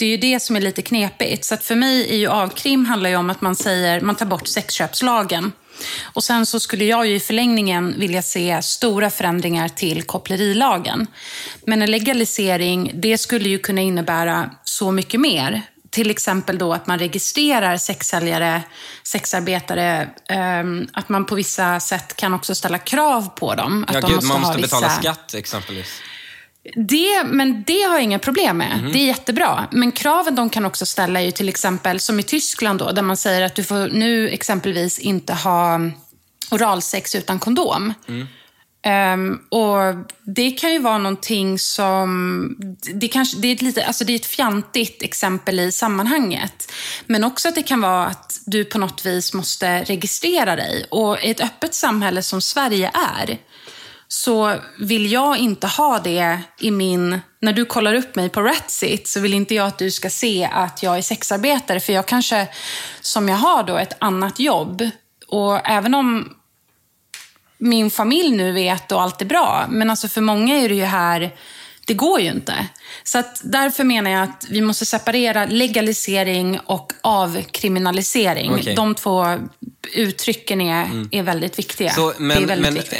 det är ju det som är lite knepigt. Så att för mig är ju avkrim handlar ju om att man tar bort sexköpslagen. Och sen så skulle jag ju i förlängningen vilja se stora förändringar till kopplerilagen. Men en legalisering, det skulle ju kunna innebära så mycket mer. Till exempel då att man registrerar sexsäljare, sexarbetare, att man på vissa sätt kan också ställa krav på dem. Att de man måste ha betala skatt exempelvis. Men det har jag inga problem med. Det är jättebra. Men kraven de kan också ställa är ju till exempel, som i Tyskland då, där man säger att du får nu exempelvis inte ha oralsex utan kondom. Och det kan ju vara någonting som det är ett fjantigt exempel i sammanhanget, men också att det kan vara att du på något vis måste registrera dig. Och i ett öppet samhälle som Sverige är, så vill jag inte ha det när du kollar upp mig på Ratsit, så vill inte jag att du ska se att jag är sexarbetare, för jag kanske, som jag har då, ett annat jobb. Och även om min familj nu vet och allt är bra, men alltså för många är det ju här, det går ju inte. Så att därför menar jag att vi måste separera legalisering och avkriminalisering. Okay. De två uttrycken är väldigt viktiga. Så, det är väldigt viktigt.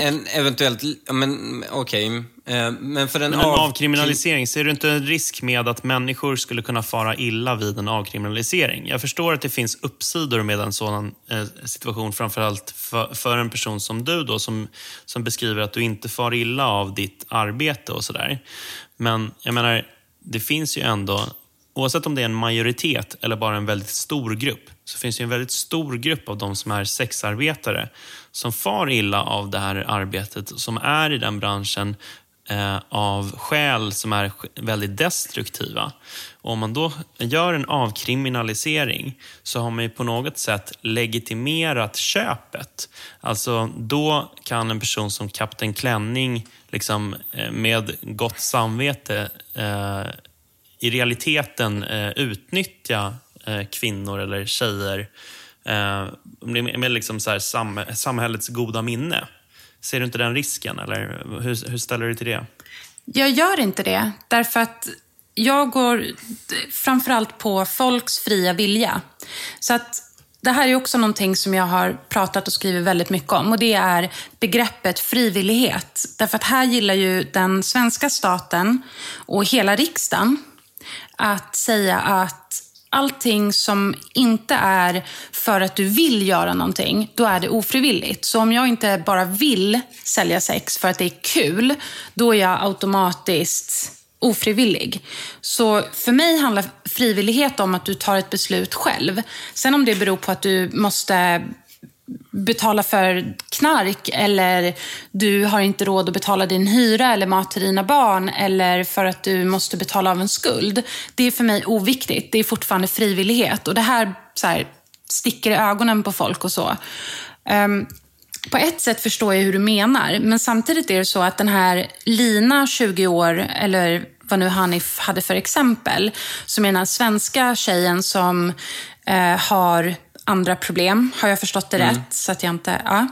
Men för en avkriminalisering, ser du inte en risk med att människor skulle kunna fara illa vid en avkriminalisering? Jag förstår att det finns uppsidor med en sådan situation, framförallt för en person som du då, som beskriver att du inte far illa av ditt arbete och sådär. Men jag menar, det finns ju ändå, oavsett om det är en majoritet eller bara en väldigt stor grupp, så finns det en väldigt stor grupp av de som är sexarbetare som far illa av det här arbetet, som är i den branschen av skäl som är väldigt destruktiva. Och om man då gör en avkriminalisering, så har man ju på något sätt legitimerat köpet. Alltså då kan en person som Kapten Klänning liksom, med gott samvete i realiteten utnyttja kvinnor eller tjejer med liksom så här samhällets goda minne. Ser du inte den risken, eller hur ställer du till det? Jag gör inte det, därför att jag går framförallt på folks fria vilja. Så att det här är också någonting som jag har pratat och skrivit väldigt mycket om, och det är begreppet frivillighet. Därför att här gillar ju den svenska staten och hela riksdagen att säga att allting som inte är för att du vill göra någonting, då är det ofrivilligt. Så om jag inte bara vill sälja sex för att det är kul, då är jag automatiskt ofrivillig. Så för mig handlar frivillighet om att du tar ett beslut själv. Sen om det beror på att du måste betala för knark, eller du har inte råd att betala din hyra eller mat till dina barn, eller för att du måste betala av en skuld, det är för mig oviktigt. Det är fortfarande frivillighet, och det här, så här sticker i ögonen på folk och så. På ett sätt förstår jag hur du menar, men samtidigt är det så att den här Lina, 20 år, eller vad nu Hanif hade för exempel, som är den här svenska tjejen som har andra problem, har jag förstått det rätt? Så att jag inte... Ja.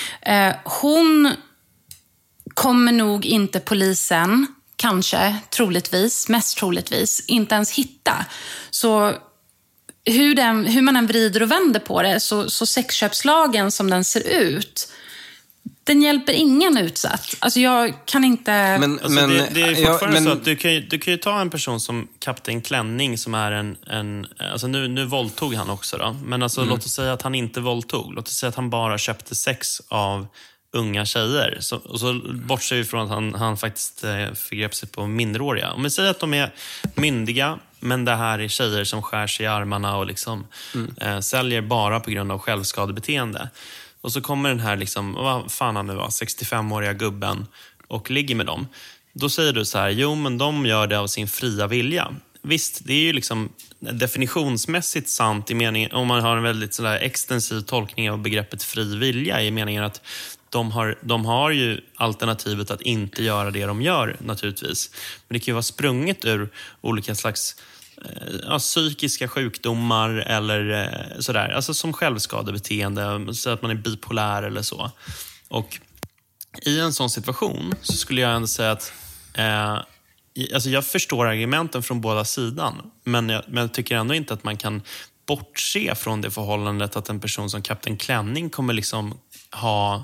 Hon kommer nog inte polisen, kanske, troligtvis, mest troligtvis, inte ens hitta. Så hur man än vrider och vänder på det, så sexköpslagen som den ser ut, den hjälper ingen utsatt. Alltså jag kan inte... Det är fortfarande så att du kan ju ta en person som Kapten Klänning, som är alltså nu våldtog han också då. Men alltså låt oss säga att han inte våldtog. Låt oss säga att han bara köpte sex av unga tjejer. Och så bortser vi från att han faktiskt förgrep sig på minderåriga. Om vi säger att de är myndiga, men det här är tjejer som skär sig i armarna och liksom säljer bara på grund av självskadebeteende. Och så kommer den här, liksom, vad fan han nu var, 65-åriga gubben och ligger med dem. Då säger du så här, jo men de gör det av sin fria vilja. Visst, det är ju liksom definitionsmässigt sant i meningen, om man har en väldigt så där extensiv tolkning av begreppet fri vilja, i meningen att de har ju alternativet att inte göra det de gör naturligtvis. Men det kan ju vara sprunget ur olika slags psykiska sjukdomar eller sådär, alltså som självskadebeteende, så att man är bipolär eller så. Och i en sån situation så skulle jag ändå säga att alltså jag förstår argumenten från båda sidan, men jag tycker ändå inte att man kan bortse från det förhållandet att en person som Kapten Klänning kommer liksom ha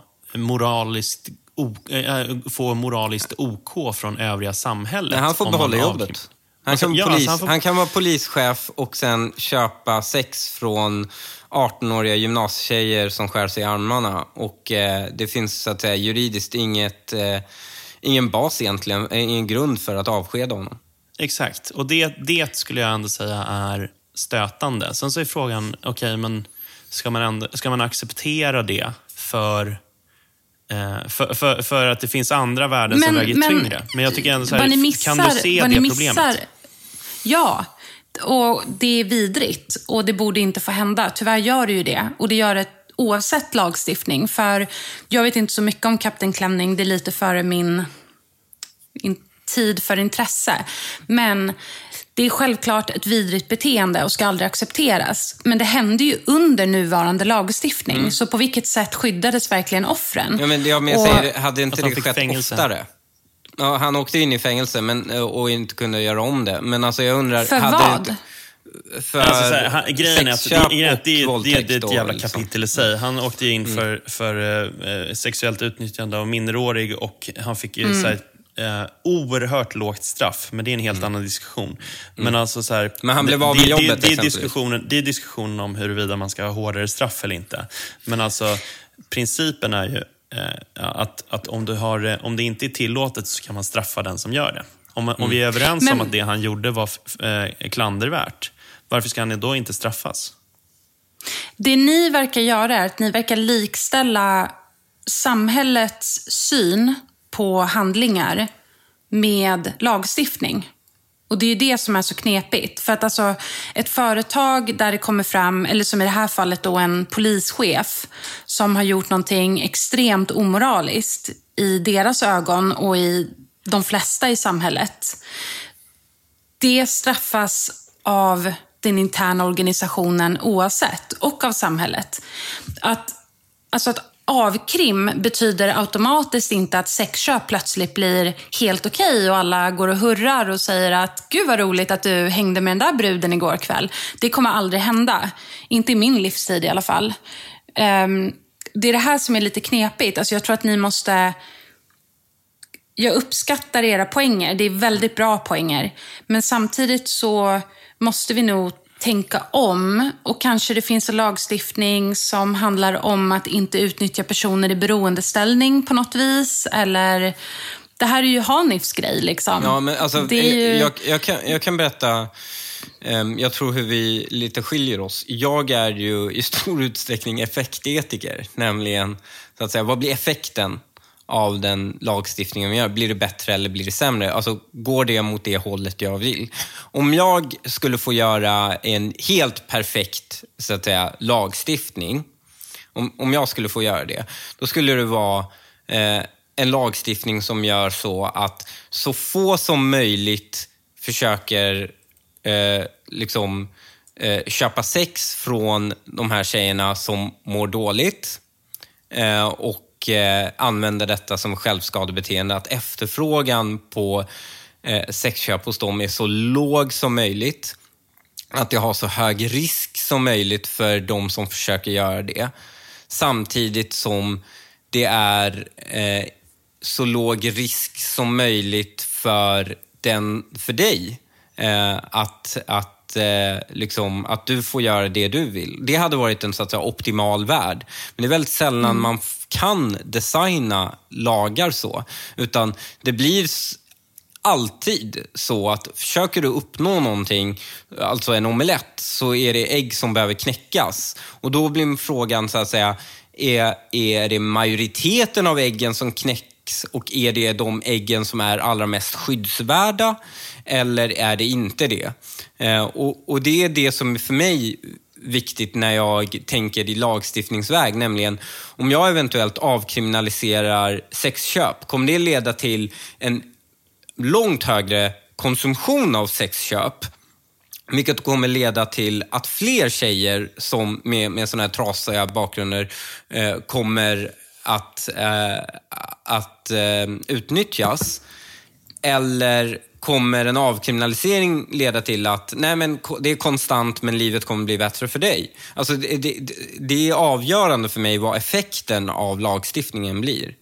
få moraliskt OK från övriga samhället. Men han får behålla jobbet. Han kan vara polischef och sen köpa sex från 18-åriga gymnasietjejer som skär sig i armarna. Och det finns så att säga juridiskt ingen bas egentligen, ingen grund för att avskeda honom. Exakt, och det skulle jag ändå säga är stötande. Sen så är frågan, okej, men ska man acceptera det för att det finns andra värden som väger tyngre? Men jag tycker ändå så här, kan du se det problemet? Ja, och det är vidrigt och det borde inte få hända. Tyvärr gör det ju det, och det gör det oavsett lagstiftning. För jag vet inte så mycket om Kapten Klänning, det är lite före min tid för intresse. Men det är självklart ett vidrigt beteende och ska aldrig accepteras. Men det hände ju under nuvarande lagstiftning. Så på vilket sätt skyddades verkligen offren? Ja, men jag säger, hade inte det skett oftare? Ja, han åkte in i fängelse och inte kunde göra om det. Men alltså jag undrar... För vad? Grejen är att det är ett jävla kapitel i sig. Han åkte in för sexuellt utnyttjande av minderårig, och han fick ju oerhört lågt straff, men det är en helt annan diskussion. Men alltså så här, men han blev av med jobbet. Det är diskussionen om huruvida man ska ha hårdare straff eller inte. Men alltså principen är ju att om det inte är tillåtet så kan man straffa den som gör det. Om vi är överens om att det han gjorde var klandervärt, varför ska han då inte straffas? Det ni verkar göra är att ni verkar likställa samhällets syn på handlingar med lagstiftning. Och det är ju det som är så knepigt. För att alltså, ett företag där det kommer fram, eller som i det här fallet då en polischef som har gjort någonting extremt omoraliskt i deras ögon och i de flesta i samhället. Det straffas av den interna organisationen oavsett, och av samhället. Att avkrim betyder automatiskt inte att sexköp plötsligt blir helt okej och alla går och hurrar och säger att gud vad roligt att du hängde med den där bruden igår kväll. Det kommer aldrig hända. Inte i min livstid i alla fall. Det är det här som är lite knepigt. Alltså jag tror att ni måste... Jag uppskattar era poänger. Det är väldigt bra poänger. Men samtidigt så måste vi nog tänka om, och kanske det finns en lagstiftning som handlar om att inte utnyttja personer i beroendeställning på något vis, eller det här är ju Hanifs grej liksom. Ja, men alltså, det är ju... jag kan berätta, jag tror hur vi lite skiljer oss. Jag är ju i stor utsträckning effektetiker, nämligen så att säga, vad blir effekten av den lagstiftningen vi gör? Blir det bättre eller blir det sämre? Alltså, går det mot det hållet jag vill? Om jag skulle få göra en helt perfekt, så att säga, lagstiftning, om jag skulle få göra det, då skulle det vara en lagstiftning som gör så att så få som möjligt försöker köpa sex från de här tjejerna som mår dåligt, och använder detta som självskadebeteende, att efterfrågan på sexköp hos dem är så låg som möjligt, att det har så hög risk som möjligt för de som försöker göra det, samtidigt som det är så låg risk som möjligt för dig att du får göra det du vill. Det hade varit en så att säga optimal värld. Men det är väldigt sällan man kan designa lagar så. Utan det blir alltid så att försöker du uppnå någonting, alltså en omelett, så är det ägg som behöver knäckas. Och då blir frågan så att säga, är det majoriteten av äggen som knäcks, och är det de äggen som är allra mest skyddsvärda, eller är det inte det? Och det är det som för mig viktigt när jag tänker i lagstiftningsväg, nämligen om jag eventuellt avkriminaliserar sexköp, kommer det leda till en långt högre konsumtion av sexköp, vilket kommer leda till att fler tjejer som med såna här trasiga bakgrunder kommer att utnyttjas, eller kommer en avkriminalisering leda till att nej, men det är konstant men livet kommer bli bättre för dig. Alltså det är avgörande för mig vad effekten av lagstiftningen blir.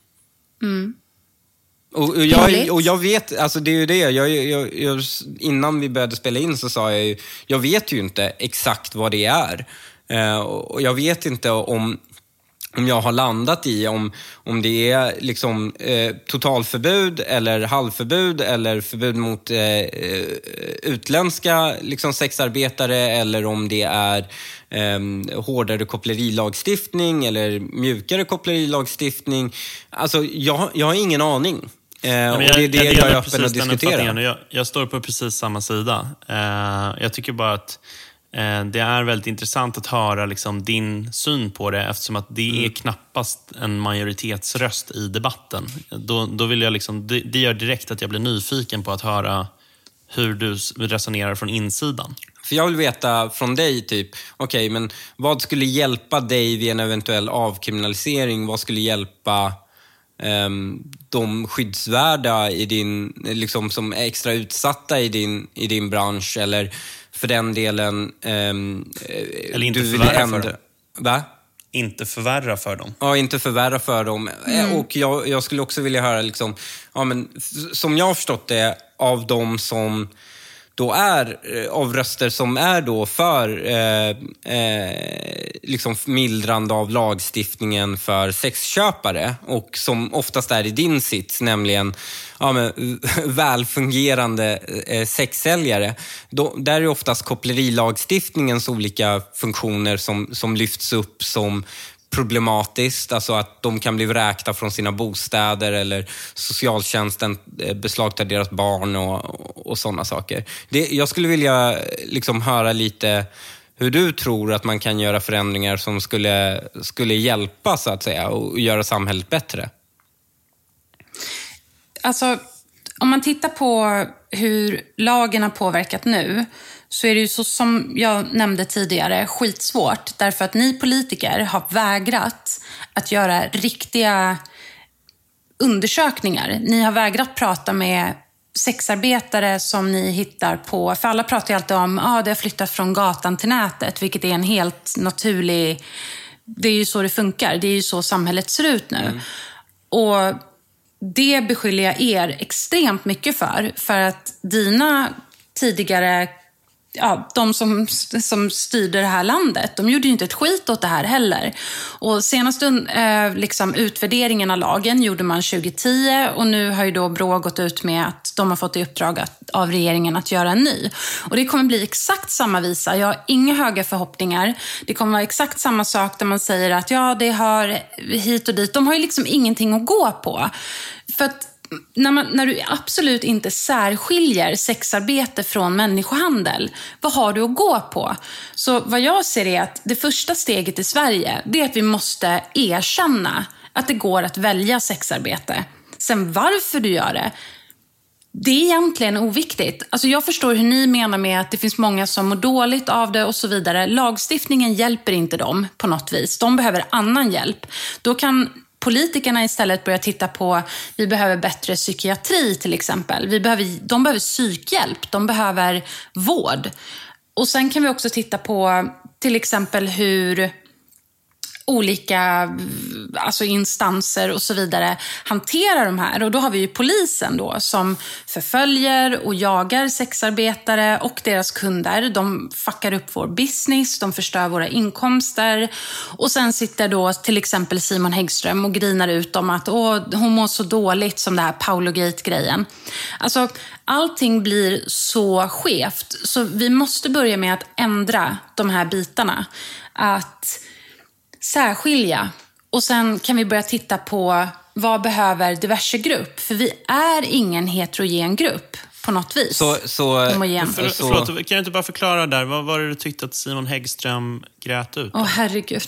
Och jag vet, alltså det är ju det, jag, innan vi började spela in så sa jag ju, jag vet ju inte exakt vad det är. Och jag vet inte om jag har landat i om det är liksom totalförbud eller halvförbud eller förbud mot utländska liksom sexarbetare, eller om det är hårdare kopplerilagstiftning eller mjukare kopplerilagstiftning. Alltså jag har ingen aning. Och det är det jag är öppen att diskutera. Jag står på precis samma sida. Jag tycker bara att det är väldigt intressant att höra liksom din syn på det, eftersom att det är knappast en majoritetsröst i debatten. Då vill jag liksom, det gör direkt att jag blir nyfiken på att höra hur du resonerar från insidan. För jag vill veta från dig typ, okej, men vad skulle hjälpa dig vid en eventuell avkriminalisering? Vad skulle hjälpa de skyddsvärda i din, liksom, som är extra utsatta i din bransch, eller för den delen eller inte förvärra för dem. Va? Inte förvärra för dem. Ja, inte förvärra för dem. Och jag skulle också vilja höra liksom, ja, men som jag har förstått det, av de som då är av röster som är då för liksom mildrande av lagstiftningen för sexköpare, och som oftast är i din sits, nämligen välfungerande sexsäljare. Där är oftast kopplerilagstiftningens olika funktioner som lyfts upp som problematiskt, alltså att de kan bli vräkta från sina bostäder eller socialtjänsten beslagtar deras barn och sådana saker. Jag skulle vilja liksom höra lite hur du tror att man kan göra förändringar som skulle hjälpa, så att säga, och göra samhället bättre. Alltså, om man tittar på hur lagen har påverkat nu, så är det ju så, som jag nämnde tidigare, skitsvårt. Därför att ni politiker har vägrat att göra riktiga undersökningar. Ni har vägrat prata med sexarbetare som ni hittar på. För alla pratar ju alltid om det har flyttat från gatan till nätet, vilket är en helt naturlig... Det är ju så det funkar. Det är ju så samhället ser ut nu. Och det beskyller jag er extremt mycket för att dina tidigare... de som styrde det här landet, de gjorde ju inte ett skit åt det här heller. Och senaste liksom, utvärderingen av lagen gjorde man 2010, och nu har ju då Brå gått ut med att de har fått i uppdrag av regeringen att göra en ny. Och det kommer bli exakt samma visa. Jag har inga höga förhoppningar. Det kommer vara exakt samma sak där man säger att det hör hit och dit. De har ju liksom ingenting att gå på. För att när du absolut inte särskiljer sexarbete från människohandel, vad har du att gå på? Så vad jag ser är att det första steget i Sverige, det är att vi måste erkänna att det går att välja sexarbete. Sen varför du gör det är egentligen oviktigt. Alltså jag förstår hur ni menar med att det finns många som mår dåligt av det och så vidare. Lagstiftningen hjälper inte dem på något vis. De behöver annan hjälp. Då kan politikerna istället börja titta på, vi behöver bättre psykiatri till exempel. De behöver psykhjälp, de behöver vård. Och sen kan vi också titta på till exempel hur olika instanser och så vidare hanterar de här. Och då har vi ju polisen då som förföljer och jagar sexarbetare och deras kunder. De fuckar upp vår business, de förstör våra inkomster. Och sen sitter då till exempel Simon Häggström och grinar ut om att hon mår så dåligt, som det här Paulogate-grejen. Alltså allting blir så skevt. Så vi måste börja med att ändra de här bitarna. Att särskilja. Och sen kan vi börja titta på vad behöver diverse grupp. För vi är ingen heterogen grupp på något vis. Förlåt, kan jag inte bara förklara där? Vad var det du tyckte att Simon Häggström grät ut? Herregud.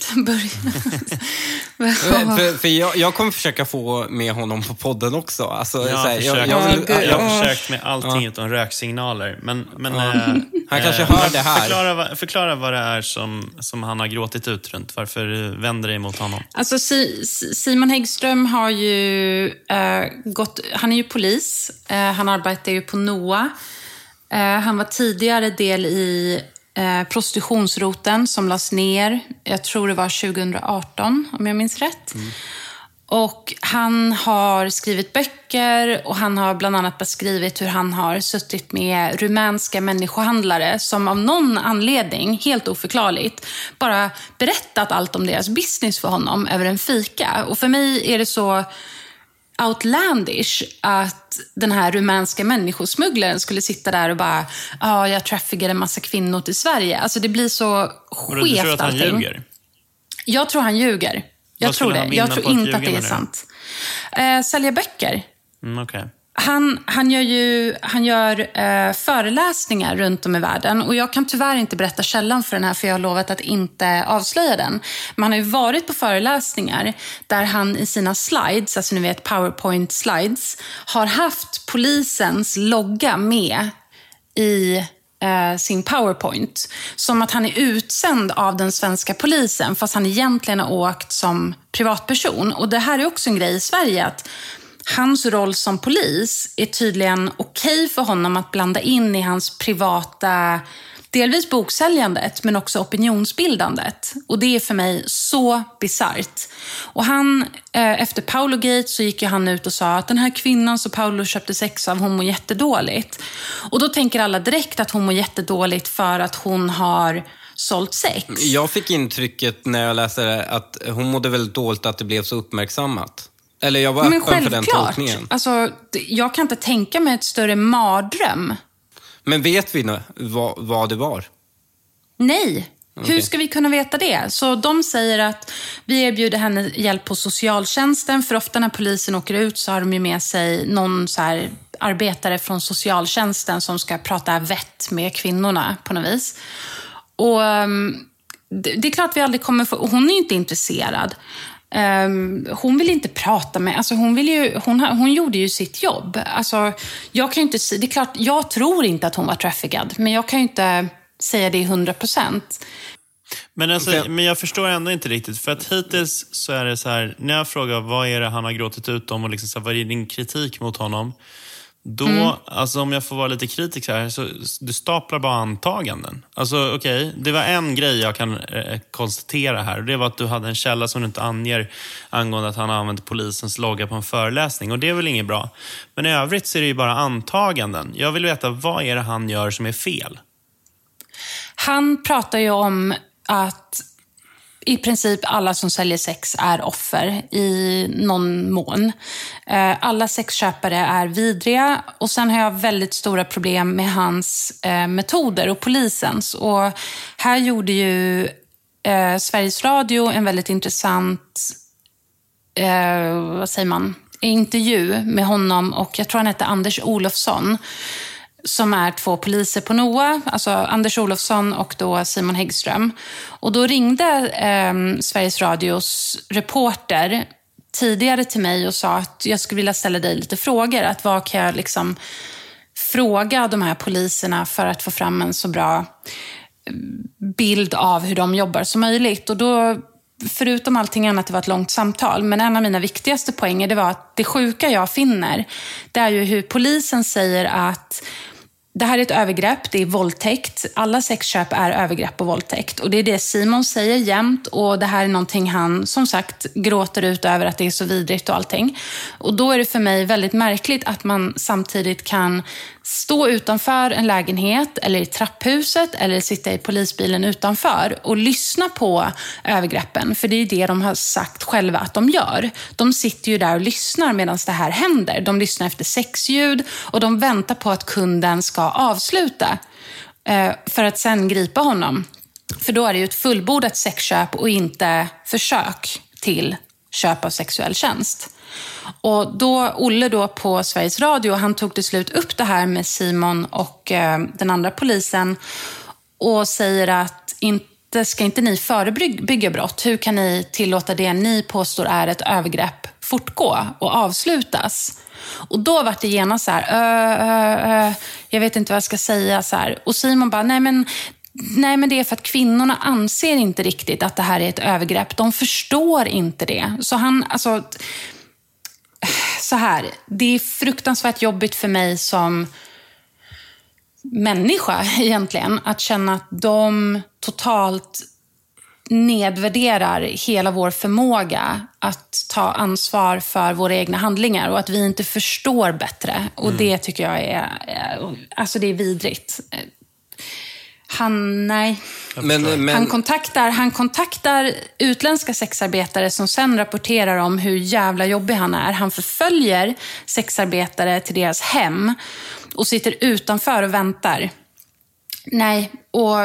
för jag kommer försöka få med honom på podden också. Alltså, jag har försökt med allting utom röksignaler. Men han kanske hör det här. Förklara vad det är som han har gråtit ut runt. Varför vänder dig mot honom? Alltså Simon Häggström har ju han är ju polis. Han arbetar ju på NOA. Han var tidigare del i prostitutionsroten som lades ner. Jag tror det var 2018 om jag minns rätt. Och han har skrivit böcker och han har bland annat beskrivit hur han har suttit med rumänska människohandlare som av någon anledning, helt oförklarligt, bara berättat allt om deras business för honom över en fika. Och för mig är det så outlandish att den här rumänska människosmugglaren skulle sitta där och bara jag traffickade en massa kvinnor till Sverige. Alltså det blir så skevt. Du tror att han allting. ljuger? Jag tror han ljuger. Jag tror det. Jag tror inte att det är sant. Sälja böcker. Okay. Han gör föreläsningar runt om i världen och jag kan tyvärr inte berätta källan för den här för jag har lovat att inte avslöja den. Men han har ju varit på föreläsningar där han i sina slides, alltså ni vet PowerPoint slides, har haft polisens logga med i sin PowerPoint. Som att han är utsänd av den svenska polisen fast han egentligen har åkt som privatperson. Och det här är också en grej i Sverige att hans roll som polis är tydligen okej för honom att blanda in i hans privata, delvis boksäljandet men också opinionsbildandet. Och det är för mig så bizarrt. Och han, efter Paolo-gate så gick ju han ut och sa att den här kvinnan som Paolo köpte sex av, hon mår jättedåligt. Och då tänker alla direkt att hon mår jättedåligt för att hon har sålt sex. Jag fick intrycket när jag läste det att hon mådde väldigt dåligt att det blev så uppmärksammat. Eller jag var öppen för den tolkningen. Alltså, jag kan inte tänka mig ett större mardröm. Men vet vi vad det var? Nej. Okay. Hur ska vi kunna veta det? Så de säger att vi erbjuder henne hjälp på socialtjänsten. För ofta när polisen åker ut så har de ju med sig någon så här arbetare från socialtjänsten som ska prata vett med kvinnorna på något vis. Och det är klart vi aldrig kommer få... Hon är ju inte intresserad. Hon vill inte prata med, alltså hon gjorde ju sitt jobb. Alltså jag kan ju inte, det är klart jag tror inte att hon var traffickad, men jag kan ju inte säga det 100%. Men jag förstår ändå inte riktigt, för att hittills så är det så här, när jag frågar vad är det han har gråtit ut om och liksom så här, vad är din kritik mot honom? Då, alltså om jag får vara lite kritisk här, så du staplar bara antaganden. Alltså okej, det var en grej jag kan konstatera här. Och det var att du hade en källa som du inte anger angående att han har använt polisens logga på en föreläsning. Och det är väl inget bra. Men i övrigt så är det ju bara antaganden. Jag vill veta, vad är det han gör som är fel? Han pratar ju om att i princip alla som säljer sex är offer i någon mån. Alla sexköpare är vidriga och sen har jag väldigt stora problem med hans metoder och polisens. Och här gjorde ju Sveriges Radio en väldigt intressant intervju med honom och jag tror han heter Anders Olofsson, som är 2 poliser på NOA, alltså Anders Olofsson och då Simon Häggström. Och då ringde Sveriges Radios reporter tidigare till mig och sa att jag skulle vilja ställa dig lite frågor. Att vad kan jag liksom fråga de här poliserna för att få fram en så bra bild av hur de jobbar som möjligt. Och då, förutom allting annat, det var ett långt samtal. Men en av mina viktigaste poänger, det var att det sjuka jag finner, det är ju hur polisen säger att det här är ett övergrepp, det är våldtäkt. Alla sexköp är övergrepp och våldtäkt. Och det är det Simon säger jämt. Och det här är någonting han, som sagt, gråter ut över att det är så vidrigt och allting. Och då är det för mig väldigt märkligt att man samtidigt kan stå utanför en lägenhet eller i trapphuset eller sitta i polisbilen utanför och lyssna på övergreppen. För det är det de har sagt själva att de gör. De sitter ju där och lyssnar medan det här händer. De lyssnar efter sexljud och de väntar på att kunden ska avsluta för att sen gripa honom. För då är det ju ett fullbordat sexköp och inte försök till köp av sexuell tjänst. Och då, Olle då på Sveriges Radio, han tog till slut upp det här med Simon och den andra polisen och säger att ska inte ni förebygga brott? Hur kan ni tillåta det ni påstår är ett övergrepp fortgå och avslutas? Och då var det genast så här, jag vet inte vad jag ska säga så här. Och Simon bara, nej men det är för att kvinnorna anser inte riktigt att det här är ett övergrepp. De förstår inte det. Så han, alltså, så här, det är fruktansvärt jobbigt för mig som människa egentligen att känna att de totalt nedvärderar hela vår förmåga att ta ansvar för våra egna handlingar och att vi inte förstår bättre. Och det tycker jag är, alltså det är vidrigt. Han kontaktar utländska sexarbetare som sen rapporterar om hur jävla jobbig han är. Han förföljer sexarbetare till deras hem och sitter utanför och väntar. Nej, och...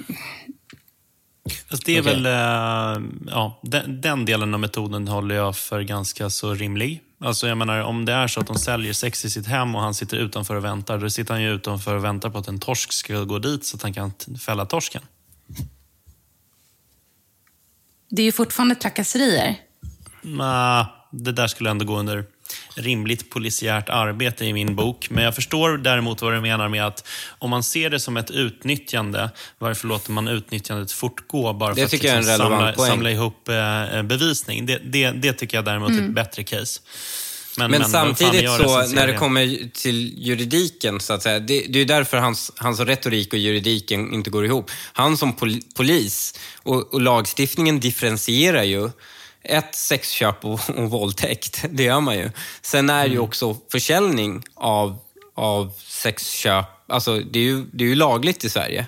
Alltså det är väl, ja, den delen av metoden håller jag för ganska så rimlig. Alltså jag menar, om det är så att de säljer sex i sitt hem och han sitter utanför och väntar, då sitter han ju utanför och väntar på att en torsk ska gå dit så att han kan fälla torsken. Det är ju fortfarande trakasserier. Nej, det där skulle ändå gå under rimligt polisiärt arbete i min bok. Men jag förstår däremot vad du menar med att om man ser det som ett utnyttjande, varför låter man utnyttjandet fortgå bara för att liksom samla ihop bevisning? Det tycker jag däremot är ett bättre case. Men samtidigt så när det kommer till juridiken så att säga, det är därför hans retorik och juridiken inte går ihop. Han som polis och lagstiftningen differentierar ju ett sexköp och våldtäkt, det gör man ju. Sen är ju också försäljning av sexköp, alltså det är ju lagligt i Sverige.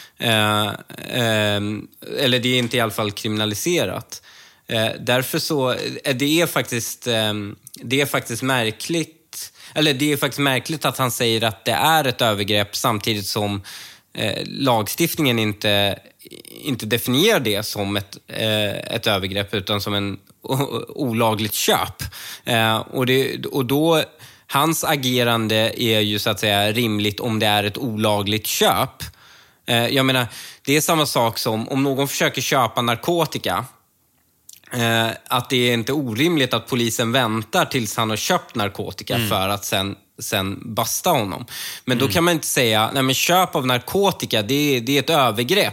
Eller det är inte i alla fall kriminaliserat. Därför så det är faktiskt märkligt, eller det är faktiskt märkligt att han säger att det är ett övergrepp samtidigt som lagstiftningen inte definierar det som ett övergrepp utan som en olagligt köp. Och då hans agerande är ju så att säga rimligt om det är ett olagligt köp. Jag menar, det är samma sak som om någon försöker köpa narkotika. Att det är inte orimligt att polisen väntar tills han har köpt narkotika för att sen basta honom. Men då kan man inte säga, nej men köp av narkotika, det är ett övergrepp.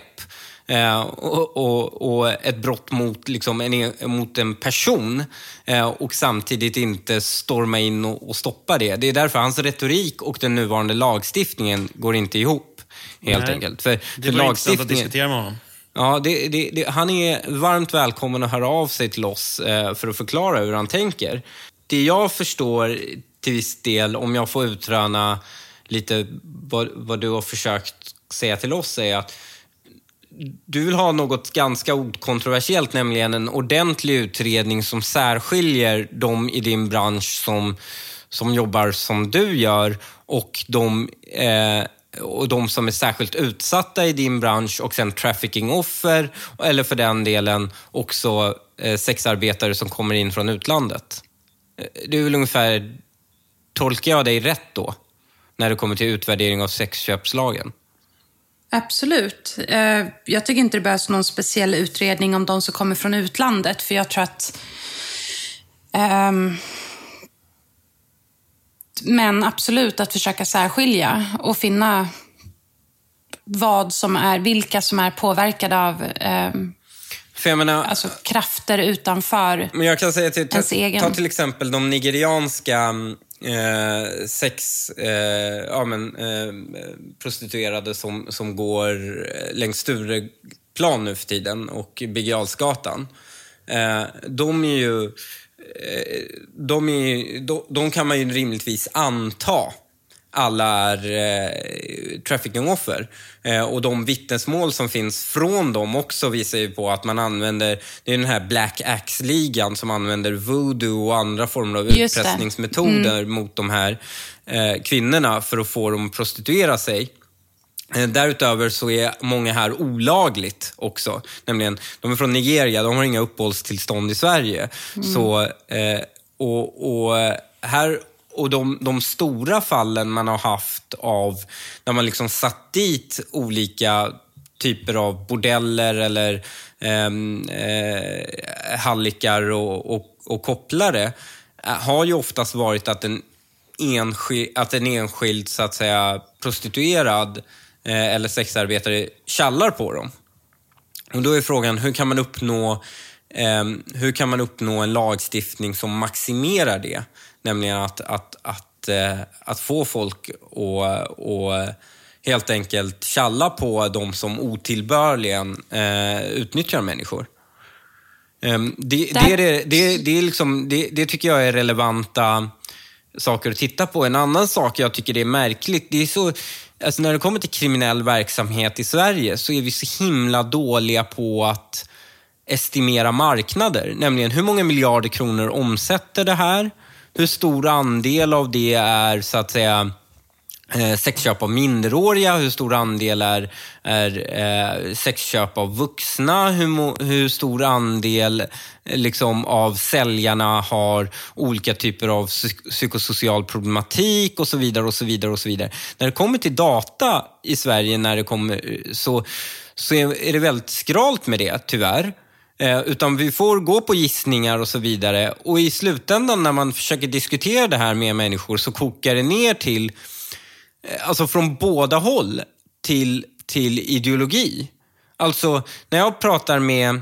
Och ett brott mot, liksom, mot en person och samtidigt inte storma in och stoppa det. Det är därför hans retorik och den nuvarande lagstiftningen går inte ihop, helt enkelt. För det var intressant att diskutera med honom. Ja, han är varmt välkommen att höra av sig till oss för att förklara hur han tänker. Det jag förstår till viss del, om jag får utröna lite vad du har försökt säga till oss, är att du vill ha något ganska okontroversiellt, nämligen en ordentlig utredning som särskiljer de i din bransch som jobbar som du gör och de som är särskilt utsatta i din bransch och sen trafficking-offer eller för den delen också sexarbetare som kommer in från utlandet. Det är väl ungefär, tolkar jag dig rätt då när det kommer till utvärdering av sexköpslagen? Absolut. Jag tycker inte det behövs någon speciell utredning om de som kommer från utlandet, för jag tror att men absolut att försöka särskilja och finna vilka som är påverkade av för jag menar, alltså krafter utanför. Men jag kan säga ta till exempel de nigerianska prostituerade som går längs Stureplan nu för tiden och Birger Jarlsgatan. De kan man ju rimligtvis anta alla är trafficking-offer. Och de vittnesmål som finns från dem också visar ju på att man använder, det är den här Black Axe-ligan som använder voodoo och andra former av utpressningsmetoder mot de här kvinnorna för att få dem att prostituera sig. Därutöver så är många här olagligt också. Nämligen, de är från Nigeria, de har inga uppehållstillstånd i Sverige. Så, och de stora fallen man har haft av när man liksom satt dit olika typer av bordeller eller hallickar och kopplare har ju oftast varit att en enskild så att säga prostituerad eller sexarbetare tjallar på dem. Och då är frågan, hur kan man uppnå en lagstiftning som maximerar det? Nämligen att få folk att helt enkelt tjalla på de som otillbörligen utnyttjar människor. Det tycker jag är relevanta saker att titta på. En annan sak jag tycker det är märkligt, det är så, alltså när det kommer till kriminell verksamhet i Sverige så är vi så himla dåliga på att estimera marknader. Nämligen hur många miljarder kronor omsätter det här? Hur stor andel av det är så att säga sexköp av minderåriga? Hur stor andel är sexköp av vuxna? Hur stor andel liksom av säljarna har olika typer av psykosocial problematik och så vidare och så vidare och så vidare. När det kommer till data i Sverige så är det väldigt skralt med det, tyvärr. Utan vi får gå på gissningar och så vidare. Och i slutändan när man försöker diskutera det här med människor så kokar det ner till, alltså från båda håll, till ideologi. Alltså när jag pratar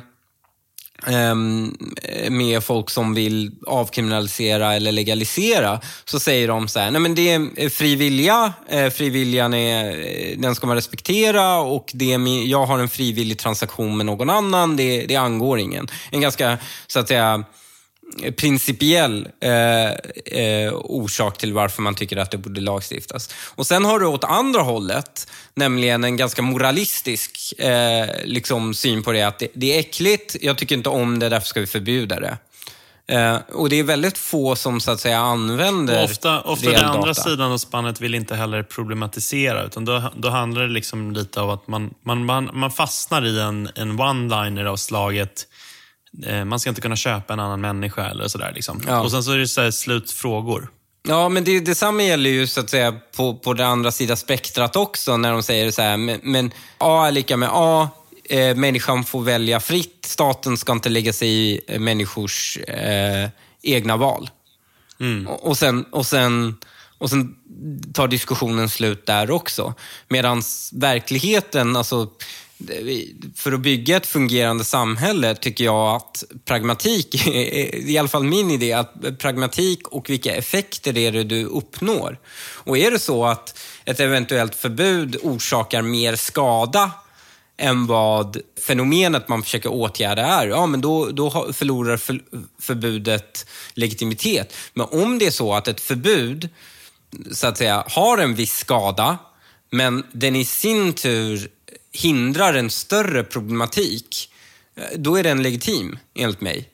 med folk som vill avkriminalisera eller legalisera, så säger de så här: nej men det är frivilligan den ska man respektera, och jag har en frivillig transaktion med någon annan, det angår ingen. En ganska så att säga principiell orsak till varför man tycker att det borde lagstiftas. Och sen har du åt andra hållet, nämligen en ganska moralistisk liksom syn på det, att det är äckligt, jag tycker inte om det, därför ska vi förbjuda det. Och det är väldigt få som så att säga använder ofta den andra sidan av spannet vill inte heller problematisera, utan då handlar det liksom lite av att man fastnar i en one-liner av slaget man ska inte kunna köpa en annan människa eller sådär liksom. Ja. Och sen så är det så här slutfrågor. Ja, men detsamma gäller ju så att säga på det andra sidan spektrat också, när de säger så här, men A är lika med A, människan får välja fritt, staten ska inte lägga sig i människors egna val. Mm. Och sen tar diskussionen slut där också. Medan verkligheten, alltså för att bygga ett fungerande samhälle, tycker jag att pragmatik, i alla fall min idé, att pragmatik och vilka effekter det är du uppnår. Och är det så att ett eventuellt förbud orsakar mer skada än vad fenomenet man försöker åtgärda är, ja men då förlorar förbudet legitimitet. Men om det är så att ett förbud så att säga har en viss skada, men den i sin tur hindrar en större problematik, då är den legitim enligt mig.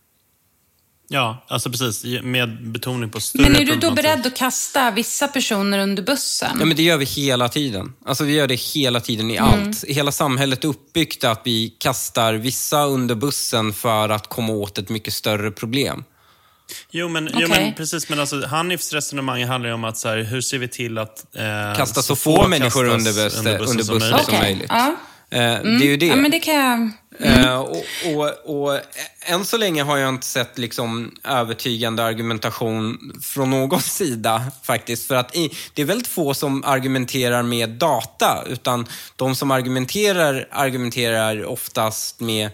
Ja, alltså precis, med betoning på större problematik. Men är du då beredd att kasta vissa personer under bussen? Ja, men det gör vi hela tiden. Alltså vi gör det hela tiden i allt. Hela samhället är uppbyggt att vi kastar vissa under bussen för att komma åt ett mycket större problem. Jo men precis, men alltså Hanifs resonemang handlar ju om att så här, hur ser vi till att kasta så få människor under bussen som möjligt. Ja. Det är ju det. Ja, men det kan jag... Och än så länge har jag inte sett liksom övertygande argumentation från någon sida faktiskt, för att det är väldigt få som argumenterar med data, utan de som argumenterar oftast med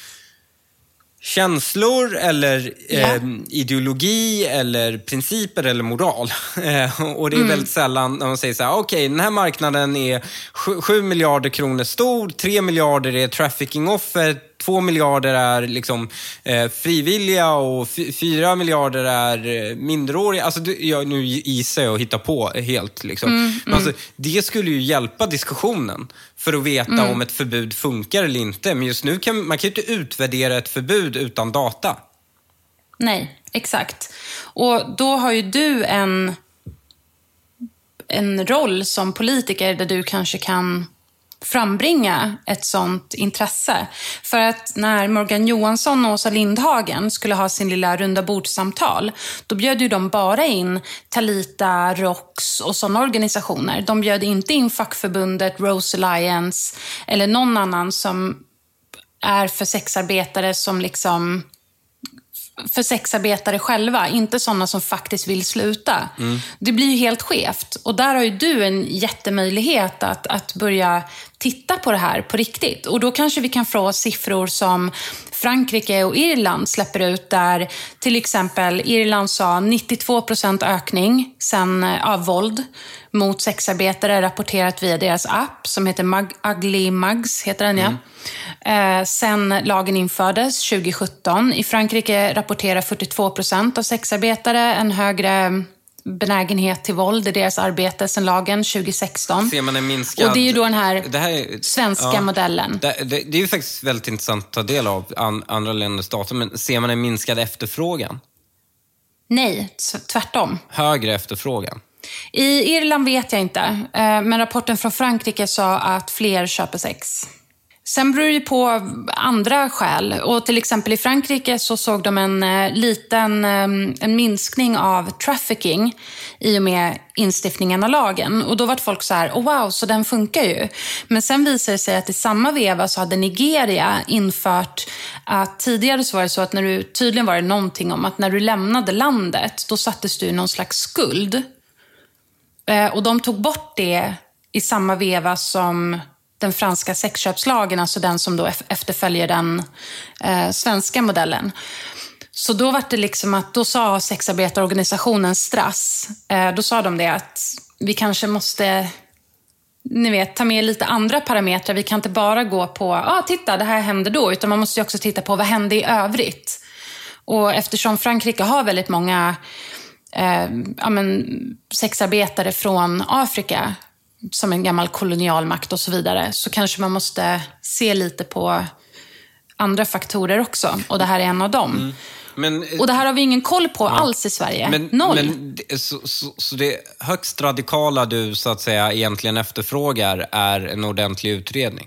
känslor eller ideologi eller principer eller moral. Och det är väldigt sällan när man säger så här: okej, den här marknaden är 7 miljarder kronor stor, 3 miljarder är trafficking-offer, 2 miljarder är liksom frivilliga och 4 miljarder är minderåriga. Alltså nu gissar jag och hittar på helt liksom. Men alltså, det skulle ju hjälpa diskussionen för att veta om ett förbud funkar eller inte. Men just nu man kan ju inte utvärdera ett förbud utan data. Nej, exakt. Och då har ju du en roll som politiker där du kanske kan frambringa ett sånt intresse. För att när Morgan Johansson och Åsa Lindhagen skulle ha sin lilla runda bordssamtal, då bjöd ju de bara in Talita, ROX och sådana organisationer. De bjöd inte in fackförbundet, Rose Alliance eller någon annan som är för sexarbetare som liksom... för sexarbetare själva, inte sådana som faktiskt vill sluta. Det blir ju helt skevt. Och där har ju du en jättemöjlighet att börja titta på det här på riktigt. Och då kanske vi kan få siffror som Frankrike och Irland släpper ut, där till exempel Irland sa 92% ökning sen av våld mot sexarbetare rapporterat via deras app som heter Ugly Mugs, heter den, ja. Sen lagen infördes 2017. I Frankrike rapporterar 42% av sexarbetare en högre benägenhet till våld i deras arbete sen lagen 2016. Ser man en minskad... Och det är ju då den här svenska modellen. Det är ju faktiskt väldigt intressant att ta del av andra länders data, men ser man en minskad efterfrågan? Nej, tvärtom. Högre efterfrågan? I Irland vet jag inte, men rapporten från Frankrike sa att fler köper sex. Sen beror det på andra skäl. Och till exempel i Frankrike så såg de en minskning av trafficking i och med instiftningen av lagen. Och då var folk så här, oh wow, så den funkar ju. Men sen visade det sig att i samma veva så hade Nigeria infört att tidigare så var det så att tydligen var det någonting om att när du lämnade landet, då sattes du i någon slags skuld. Och de tog bort det i samma veva som den franska sexköpslagen, alltså den som då efterföljer den svenska modellen. Så då var det liksom att, då sa sexarbetarorganisationen Strass, då sa de det att vi kanske måste, ni vet, ta med lite andra parametrar. Vi kan inte bara gå på, titta, det här hände då, utan man måste ju också titta på vad hände i övrigt. Och eftersom Frankrike har väldigt många sexarbetare från Afrika som en gammal kolonialmakt och så vidare, så kanske man måste se lite på andra faktorer också. Och det här är en av dem. Och det här har vi ingen koll på alls i Sverige. Noll. Så det högst radikala du så att säga egentligen efterfrågar är en ordentlig utredning?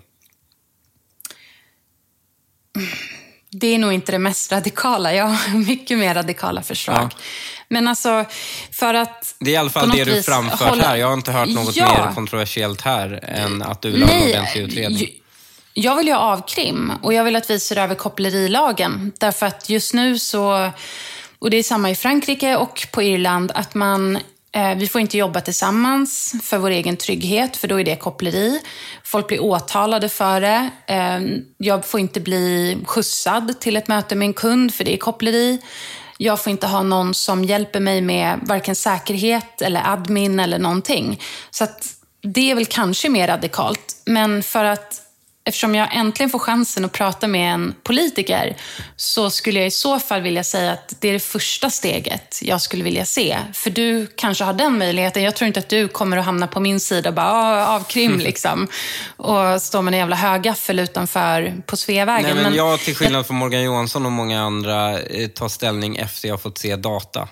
Det är nog inte det mest radikala. Jag har mycket mer radikala förslag. Ja. Men alltså, för att... Det är i alla fall det du framfört här. Jag har inte hört något mer kontroversiellt här än att du vill ha en ordentlig utredning. Jag vill ju ha avkrim och jag vill att vi ser över kopplerilagen. Därför att just nu så, och det är samma i Frankrike och på Irland, att vi får inte jobba tillsammans för vår egen trygghet, för då är det koppleri. Folk blir åtalade för det. Jag får inte bli skjutsad till ett möte med en kund, för det är koppleri. Jag får inte ha någon som hjälper mig med varken säkerhet eller admin eller någonting. Så att det är väl kanske mer radikalt. Men eftersom jag äntligen får chansen att prata med en politiker, så skulle jag i så fall vilja säga att det är det första steget jag skulle vilja se. För du kanske har den möjligheten. Jag tror inte att du kommer att hamna på min sida och bara avkrim liksom. Och stå med en jävla högaffel utanför på Sveavägen. Nej, men jag, till skillnad från Morgan Johansson och många andra, tar ställning efter jag fått se data.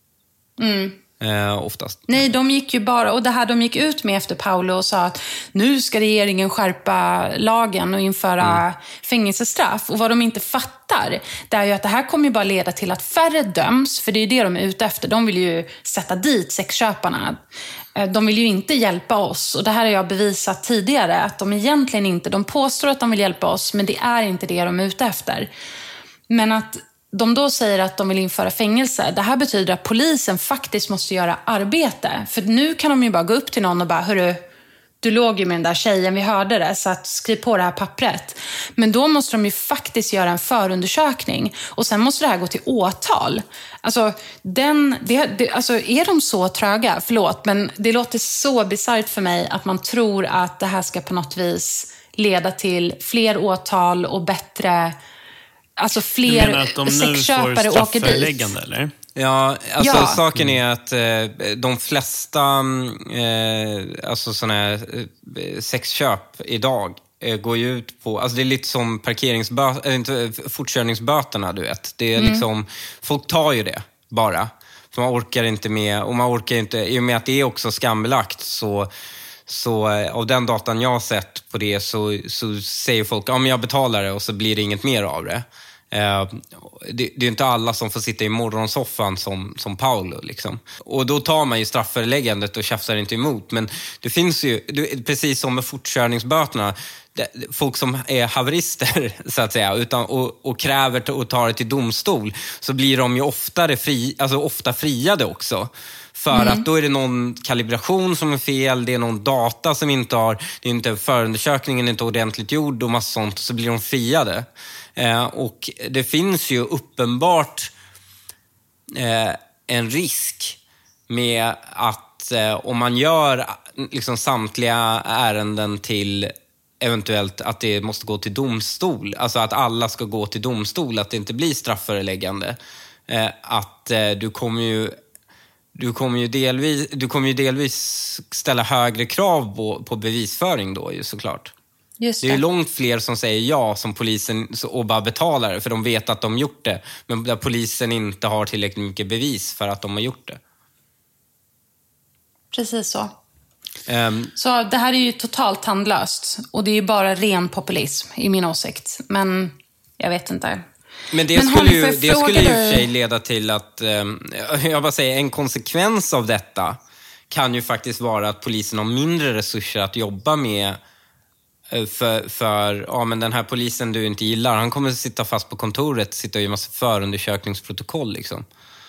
Oftast. Nej, de gick ju bara, och det här de gick ut med efter Paolo och sa att nu ska regeringen skärpa lagen och införa fängelsestraff. Och vad de inte fattar, det är ju att det här kommer ju bara leda till att färre döms, för det är ju det de är ute efter. De vill ju sätta dit sexköparna. De vill ju inte hjälpa oss, och det här har jag bevisat tidigare att de egentligen inte, de påstår att de vill hjälpa oss, men det är inte det de är ute efter. Men att de då säger att de vill införa fängelse, det här betyder att polisen faktiskt måste göra arbete. För nu kan de ju bara gå upp till någon och bara, hörru, du låg ju med den där tjejen, vi hörde det, så att skriv på det här pappret. Men då måste de ju faktiskt göra en förundersökning, och sen måste det här gå till åtal. Alltså, alltså är de så tröga, förlåt, men det låter så bisarrt för mig att man tror att det här ska på något vis leda till fler åtal och bättre... Alltså fler sexköpare åker dit. Du menar att de nu får strafföreläggande, eller? Ja, alltså saken är att de flesta alltså såna här sexköp idag går ju ut på, alltså det är lite som fortkörningsböterna, du vet. Det är liksom, folk tar ju det bara. Så man orkar inte med, och man orkar inte, i och med att det är också skambelagt, så Så av den datan jag har sett på det så säger folk, ja men jag betalar det och så blir det inget mer av det. Det är inte alla som får sitta i morgonsoffan som Paolo liksom. Och då tar man ju strafföreläggandet och tjafsar inte emot. Men det finns ju, precis som med fortkörningsböterna, folk som är haverister så att säga, och kräver och tar det till domstol, så blir de ju ofta friade också. För att då är det någon kalibration som är fel, det är någon data som inte har, det är inte förundersökningen är inte ordentligt gjord och massa sånt, så blir de friade. Och det finns ju uppenbart en risk med att om man gör liksom samtliga ärenden till eventuellt att det måste gå till domstol, alltså att alla ska gå till domstol, att det inte blir strafföreläggande, att du kommer ju delvis ställa högre krav på bevisföring då ju såklart. Just det är ju långt fler som säger ja som polisen och bara betalar det för de vet att de gjort det, men där polisen inte har tillräckligt mycket bevis för att de har gjort det. Precis så. Så det här är ju totalt tandlöst och det är ju bara ren populism i min åsikt, men jag vet inte. Men det skulle ju i och för sig leda till att, jag bara säger, en konsekvens av detta kan ju faktiskt vara att polisen har mindre resurser att jobba med för ja men den här polisen du inte gillar, han kommer att sitta fast på kontoret, sitta och göra massa förundersökningsprotokoll liksom.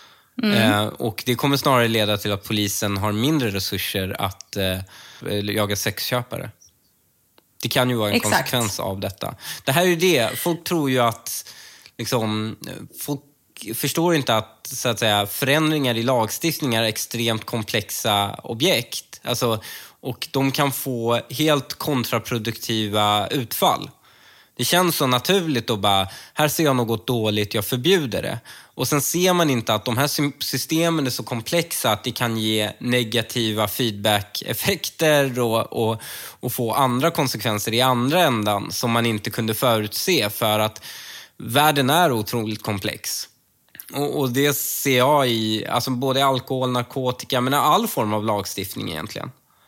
Och det kommer snarare leda till att polisen har mindre resurser att jaga sexköpare. Det kan ju vara en konsekvens av detta. Det här är ju det, folk tror ju att liksom, folk förstår inte att, så att säga, förändringar i lagstiftningar är extremt komplexa objekt. Alltså, och de kan få helt kontraproduktiva utfall. Det känns så naturligt att bara, här ser jag något dåligt, jag förbjuder det. Och sen ser man inte att de här systemen är så komplexa att det kan ge negativa feedback-effekter och få andra konsekvenser i andra ändan som man inte kunde förutse, för att världen är otroligt komplex. Och det ser jag i alltså både alkohol, narkotika, men all form av lagstiftning egentligen.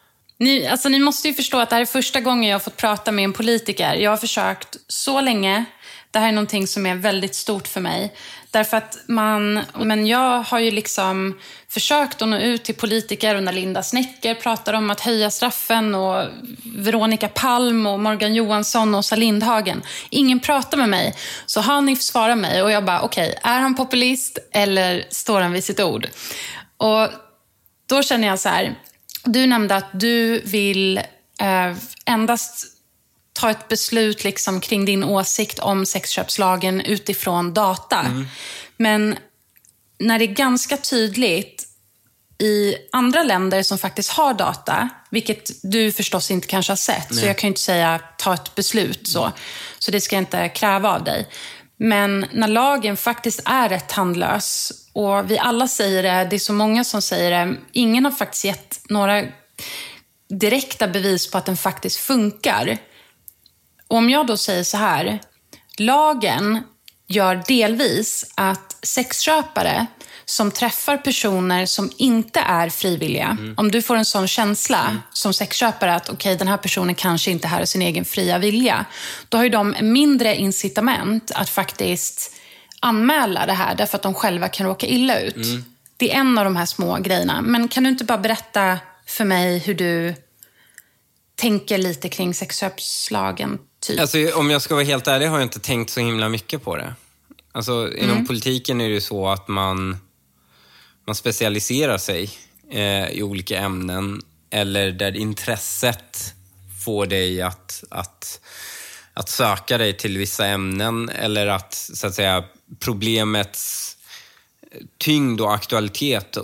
Ni måste ju förstå att det här är första gången jag har fått prata med en politiker. Jag har försökt så länge. Det här är någonting som är väldigt stort för mig. Därför att men jag har ju liksom försökt att nå ut till politiker, och när Linda Snecker pratar om att höja straffen, och Veronica Palm och Morgan Johansson och Åsa Lindhagen. Ingen pratar med mig. Så Hanif svarar mig och jag bara, okej, är han populist eller står han vid sitt ord? Och då känner jag så här, du nämnde att du vill endast ta ett beslut liksom kring din åsikt om sexköpslagen utifrån data. Men när det är ganska tydligt i andra länder som faktiskt har data, vilket du förstås inte kanske har sett, så jag kan ju inte säga ta ett beslut så det ska jag inte kräva av dig. Men när lagen faktiskt är rätt tandlös, och vi alla säger det är så många som säger det, ingen har faktiskt gett några direkta bevis på att den faktiskt funkar. Och om jag då säger så här, lagen gör delvis att sexköpare som träffar personer som inte är frivilliga, om du får en sån känsla som sexköpare att okej, den här personen kanske inte här är sin egen fria vilja, då har ju de mindre incitament att faktiskt anmäla det här, därför att de själva kan råka illa ut. Det är en av de här små grejerna. Men kan du inte bara berätta för mig hur du tänker lite kring sexköpslagen typ? Alltså, om jag ska vara helt ärlig har jag inte tänkt så himla mycket på det. Alltså, inom politiken är det ju så att man specialiserar sig i olika ämnen, eller där intresset får dig att söka dig till vissa ämnen, eller att, så att säga, problemets tyngd och aktualitet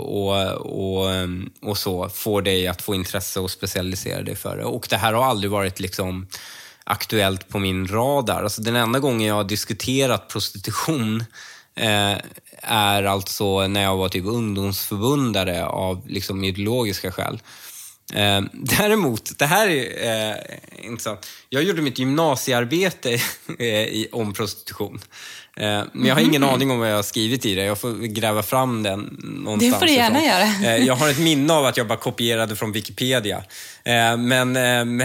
och så får dig att få intresse och specialisera dig för det. Och det här har aldrig varit liksom aktuellt på min radar. Alltså den enda gången jag har diskuterat prostitution är alltså när jag var typ ungdomsförbundare av liksom ideologiska skäl. Däremot, det här är intressant. Jag gjorde mitt gymnasiearbete om prostitution. Men jag har ingen aning om vad jag har skrivit i det. Jag får gräva fram den någonstans. Det får du gärna göra. Jag har ett minne av att jag bara kopierade från Wikipedia. Men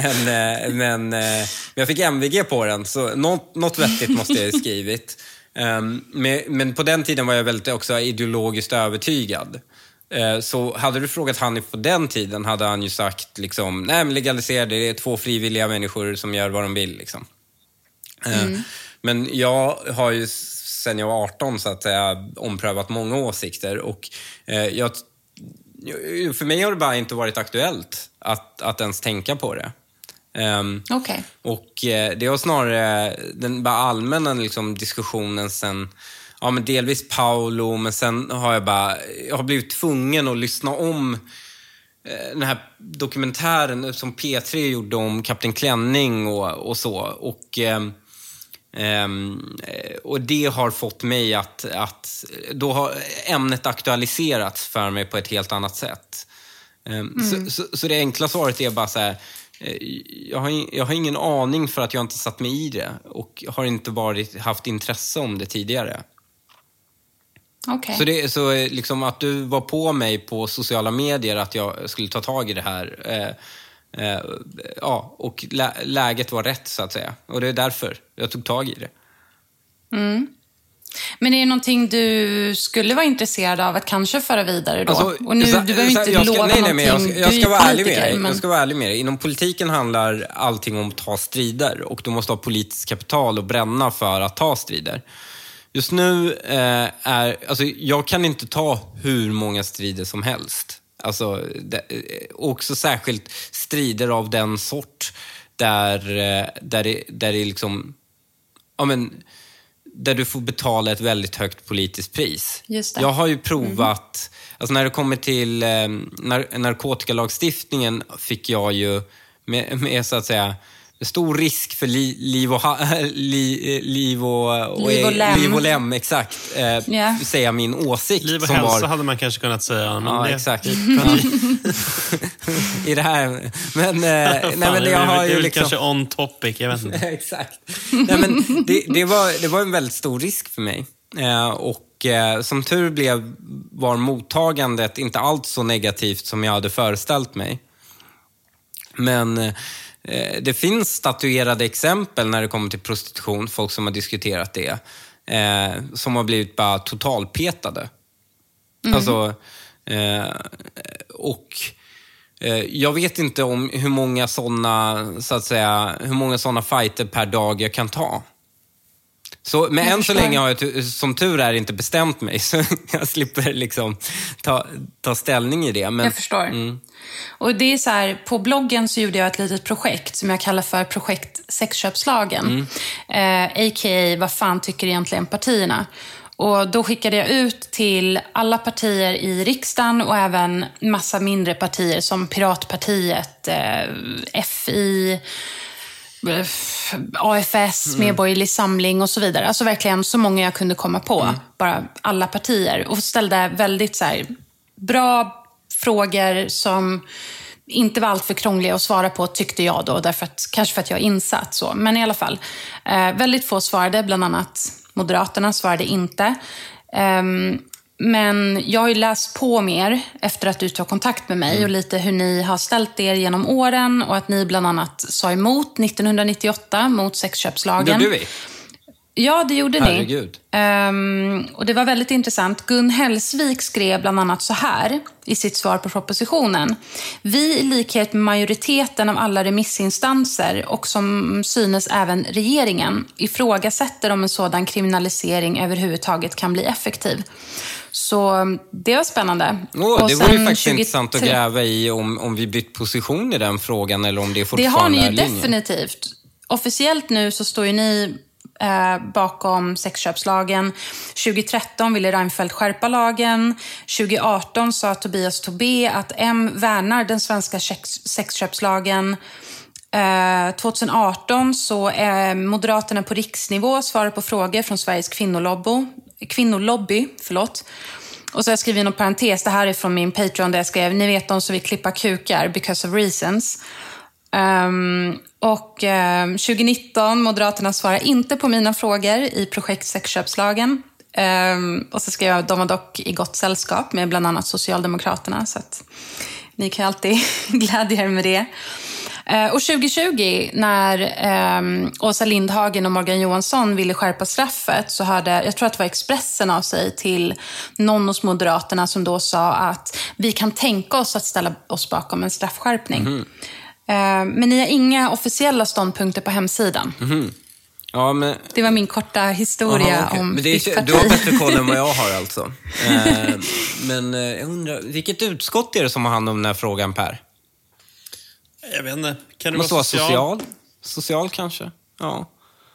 jag fick MVG på den. Så något vettigt måste jag ha skrivit. Men på den tiden var jag väldigt också ideologiskt övertygad. Så hade du frågat Hanif på den tiden hade han ju sagt liksom, nej men legalisera det är 2 frivilliga människor som gör vad de vill liksom. Men jag har ju sen jag var 18 så att säga omprövat många åsikter och för mig har det bara inte varit aktuellt att ens tänka på det. Okay. Och det har snarare den bara allmänna liksom, diskussionen sen, ja men delvis Paolo, men sen har jag har blivit tvungen att lyssna om den här dokumentären som P3 gjorde om Kapten Klänning och så. Och det har fått mig att då har ämnet aktualiserats för mig på ett helt annat sätt. Så det enkla svaret är bara så här, jag har ingen aning för att jag inte satt mig i det och har inte haft intresse om det tidigare. Okay. Så liksom att du var på mig på sociala medier att jag skulle ta tag i det här och läget var rätt så att säga. Och det är därför jag tog tag i det. Men är det någonting du skulle vara intresserad av att kanske föra vidare då? Alltså, och nu, du behöver inte lova någonting. Jag ska vara ärlig med det. Inom politiken handlar allting om att ta strider. Och du måste ha politiskt kapital och bränna för att ta strider. Just nu jag kan inte ta hur många strider som helst. Alltså, också särskilt strider av den sort där det är liksom, ja men, där du får betala ett väldigt högt politiskt pris. Just det. Jag har ju provat, alltså när det kommer till narkotikalagstiftningen fick jag ju med så att säga stor risk för liv och lem, exakt. Säga min åsikt. Liv och hälsa hade man kanske kunnat säga. Men ja, exakt. I det här. Men, det är liksom kanske on topic, jag vet inte. Exakt. Nej, men det var en väldigt stor risk för mig. Och som tur var mottagandet inte allt så negativt som jag hade föreställt mig. Men det finns statuerade exempel när det kommer till prostitution, folk som har diskuterat det, som har blivit bara totalpetade. Alltså, och jag vet inte om hur många sådana fighter per dag jag kan ta. Så, men än så länge har jag som tur är inte bestämt mig, så jag slipper liksom ta ställning i det. Men, jag förstår. Och det är så här, på bloggen så gjorde jag ett litet projekt som jag kallar för projekt sexköpslagen. A.k.a. vad fan tycker egentligen partierna? Och då skickade jag ut till alla partier i riksdagen och även massa mindre partier som Piratpartiet, FI, AFS, Medborgerlig Samling och så vidare. Alltså verkligen så många jag kunde komma på. Bara alla partier. Och ställde väldigt så här, bra frågor som inte var allt för krångliga att svara på, tyckte jag då. Kanske för att jag är insatt så. Men i alla fall. Väldigt få svarade, bland annat Moderaterna svarade inte. Men jag har ju läst på mer efter att du tog kontakt med mig och lite hur ni har ställt er genom åren och att ni bland annat sa emot 1998 mot sexköpslagen. Det gjorde vi. Ja, det gjorde Herregud. ni. Och det var väldigt intressant. Gun Hellsvik skrev bland annat så här i sitt svar på propositionen. Vi, i likhet med majoriteten av alla remissinstanser och som synes även regeringen, ifrågasätter om en sådan kriminalisering överhuvudtaget kan bli effektiv. Så det var spännande. Det var ju faktiskt intressant att gräva i om vi bytt position i den frågan eller om det är fortfarande det har ni ju linjen. Definitivt. Officiellt nu så står ju ni bakom sexköpslagen. 2013 ville Reinfeldt skärpa lagen. 2018 sa Tobias Tobé att M värnar den svenska sexköpslagen. 2018 så Moderaterna på riksnivå svarar på frågor från Sveriges kvinnolobby. Och så har jag skrivit inom parentes, det här är från min Patreon där jag skrev, ni vet de som vill klippa kukar because of reasons. 2019, Moderaterna svarar inte på mina frågor i projekt sexköpslagen. Och så skrev jag, de var dock i gott sällskap med bland annat Socialdemokraterna, så att ni kan alltid glädja er med det. Och 2020 när Åsa Lindhagen och Morgan Johansson ville skärpa straffet så hörde, jag tror att det var Expressen av sig till någon hos Moderaterna som då sa att vi kan tänka oss att ställa oss bakom en straffskärpning. Men ni har inga officiella ståndpunkter på hemsidan. Ja, men... Det var min korta historia om men det är, du har bättre koll än vad jag har alltså. Men jag undrar, vilket utskott är det som har hand om den här frågan, Per? Jag vet inte. Kan det vara social? Social kanske? Ja.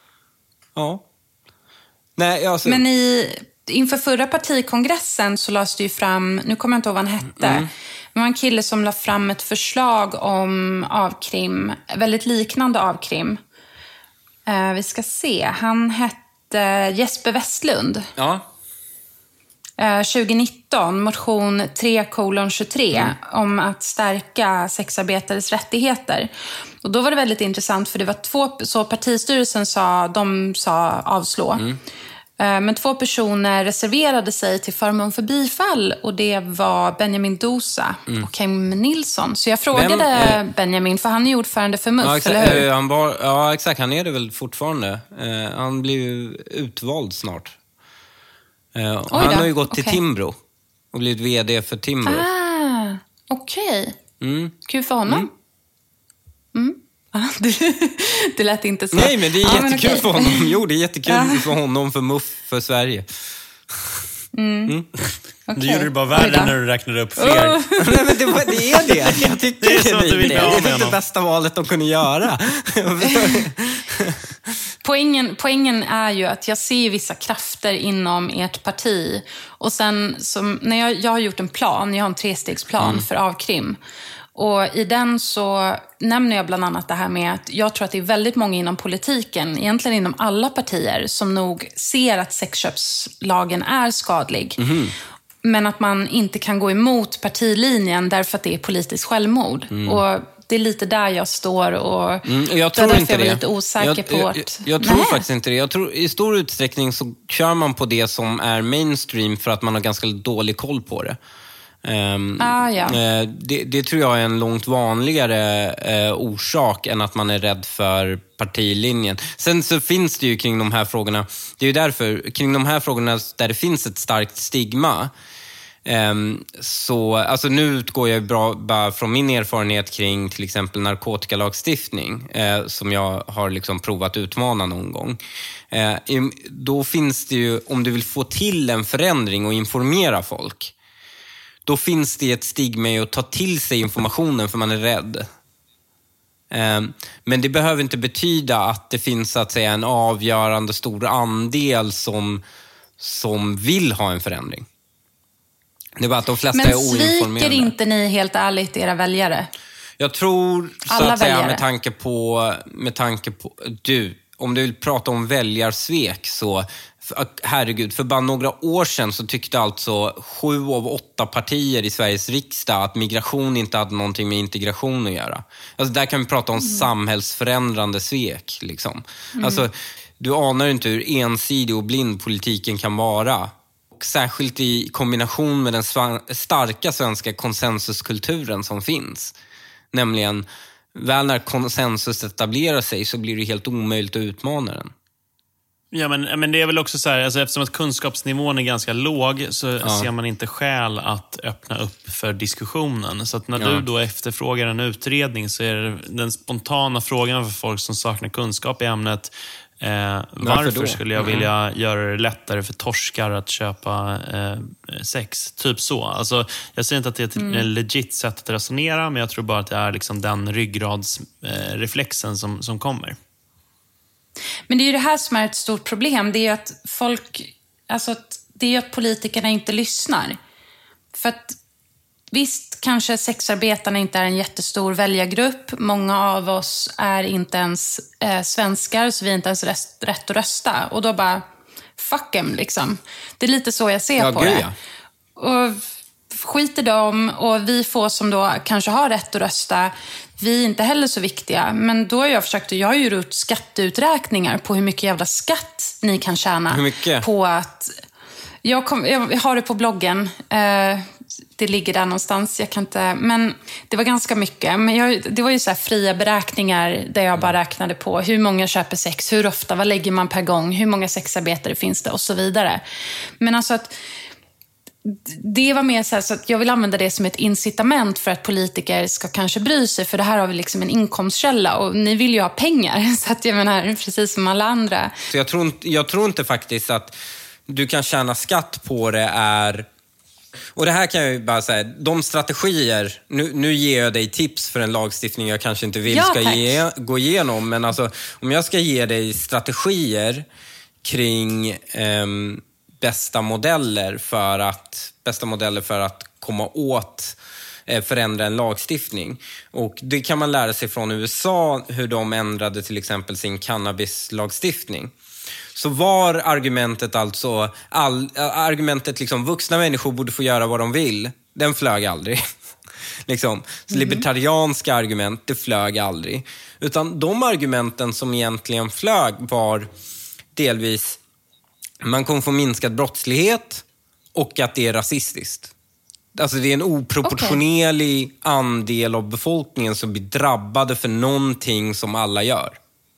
Nej, alltså... Men inför förra partikongressen så lades det ju fram, nu kommer jag inte ihåg vad han hette, men det var en kille som la fram ett förslag om avkrim, väldigt liknande avkrim. Vi ska se, han hette Jesper Westlund. Ja. 2019, motion 3:23 om att stärka sexarbetares rättigheter. Och då var det väldigt intressant för det var så partistyrelsen sa avslå. Men 2 personer reserverade sig till förmån för bifall och det var Benjamin Dosa och Kim Nilsson. Så jag frågade Benjamin, för han är ordförande för MUF, eller hur? Ja, exakt. Han är det väl fortfarande. Han blir ju utvald snart. Han har ju gått till Timbro och blivit vd för Timbro. Okej. Kul för honom. Det lät inte så. Nej, men det är jättekul för honom. Jo, det är jättekul för honom, för MUF, för Sverige. Okay. Du gjorde det bara värre när du räknade upp fler. Nej, men det är det. Jag tycker det är så att du vill det är det bästa valet de kunde göra. Poängen är ju att jag ser vissa krafter inom ert parti. Och sen, när jag har gjort en plan, jag har en 3-stegsplan för avkrim. Och i den så nämner jag bland annat det här med att jag tror att det är väldigt många inom politiken, egentligen inom alla partier, som nog ser att sexköpslagen är skadlig. Men att man inte kan gå emot partilinjen därför att det är politiskt självmord. Och det är lite där jag står och jag tror inte jag var det. lite osäker på att... Jag tror faktiskt inte det. Jag tror i stor utsträckning så kör man på det som är mainstream för att man har ganska dålig koll på det. Det tror jag är en långt vanligare orsak än att man är rädd för partilinjen. Sen så finns det ju kring de här frågorna, det är ju därför, kring de här frågorna där det finns ett starkt stigma. Så, alltså nu utgår jag bara från min erfarenhet kring till exempel narkotikalagstiftning som jag har liksom provat utmana någon gång. Då finns det ju, om du vill få till en förändring och informera folk, då finns det ett stigma i att ta till sig informationen för man är rädd. Men det behöver inte betyda att det finns så att säga en avgörande stor andel som vill ha en förändring. Det är bara att de flesta är oinformerade. Men sviker inte ni helt ärligt era väljare? Jag tror så alla att säga väljare. med tanke på om du vill prata om väljarsvek så herregud, för bara några år sedan så tyckte alltså 7 av 8 partier i Sveriges riksdag att migration inte hade någonting med integration att göra. Alltså där kan vi prata om samhällsförändrande svek liksom. Alltså du anar inte hur ensidig och blind politiken kan vara. Och särskilt i kombination med den starka svenska konsensuskulturen som finns. Nämligen, väl när konsensus etablerar sig så blir det helt omöjligt att utmana den. Ja, men det är väl också så här, alltså eftersom att kunskapsnivån är ganska låg så ser man inte skäl att öppna upp för diskussionen. Så att när du då efterfrågar en utredning så är det den spontana frågan för folk som saknar kunskap i ämnet. Varför skulle jag vilja göra det lättare för torskar att köpa sex? Typ så. Alltså, jag säger inte att det är ett legit sätt att resonera, men jag tror bara att det är liksom den ryggradsreflexen som kommer. Men det är ju det här som är ett stort problem. Det är ju att det är ju att politikerna inte lyssnar. För att visst, kanske sexarbetarna inte är en jättestor väljargrupp. Många av oss är inte ens svenskar, så vi är inte ens rätt att rösta. Och då bara, fuck em, liksom. Det är lite så jag ser på det. och skiter de och vi får som då kanske har rätt att rösta, vi är inte heller så viktiga. Men då har jag har ju gjort skatteuträkningar på hur mycket jävla skatt ni kan tjäna. Hur mycket? På att jag har det på bloggen. Det ligger där någonstans. Jag kan inte, men det var ganska mycket. Men det var ju så här fria beräkningar där jag bara räknade på hur många köper sex, hur ofta, vad lägger man per gång, hur många sexarbetare finns det och så vidare. Men alltså att det var mer så att jag vill använda det som ett incitament för att politiker ska kanske bry sig, för det här har vi liksom en inkomstkälla och ni vill ju ha pengar, så att jag menar precis som alla andra. Så jag tror inte faktiskt att du kan tjäna skatt på det är... Och det här kan jag ju bara säga, de strategier, nu ger jag dig tips för en lagstiftning jag kanske inte vill gå igenom, men alltså om jag ska ge dig strategier kring bästa modeller för att komma åt förändra en lagstiftning. Och det kan man lära sig från USA, hur de ändrade till exempel sin cannabislagstiftning. Så var argumentet argumentet liksom vuxna människor borde få göra vad de vill, den flög aldrig. Liksom. Så libertarianska argument, det flög aldrig. Utan de argumenten som egentligen flög var delvis man kommer få minskad brottslighet och att det är rasistiskt. Alltså det är en oproportionerlig andel av befolkningen som blir drabbade för någonting som alla gör.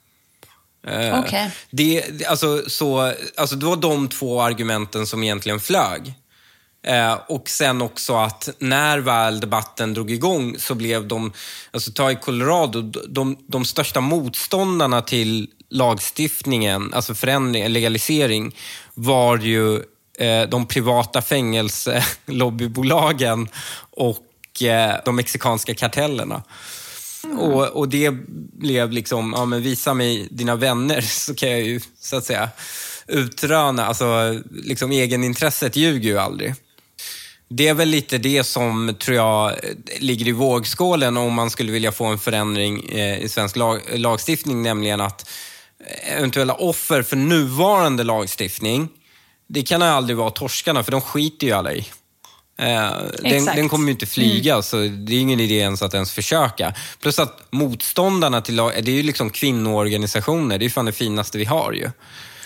Det var de två argumenten som egentligen flög. Och sen också att när väl debatten drog igång så blev ta i Colorado, de största motståndarna till lagstiftningen, alltså förändring, legalisering, var ju de privata fängelselobbybolagen och de mexikanska kartellerna. Och det blev liksom, men visa mig dina vänner så kan jag ju så att säga utröna, alltså liksom egenintresset ljuger ju aldrig. Det är väl lite det som tror jag ligger i vågskålen om man skulle vilja få en förändring i svensk lagstiftning, nämligen att eventuella offer för nuvarande lagstiftning, det kan aldrig vara torskarna, för de skiter ju alla i. Den kommer ju inte flyga, så det är ingen idé att ens försöka. Plus att motståndarna till lag, det är ju liksom kvinnoorganisationer, det är ju fan det finaste vi har ju.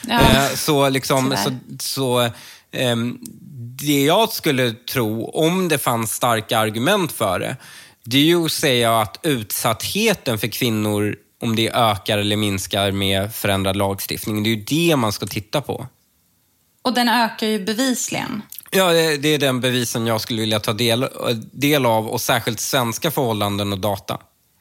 Det jag skulle tro, om det fanns starka argument för det är ju att säga att utsattheten för kvinnor, om det ökar eller minskar med förändrad lagstiftning, det är ju det man ska titta på. Och den ökar ju bevisligen. Ja, det är den bevisen jag skulle vilja ta del av, och särskilt svenska förhållanden och data.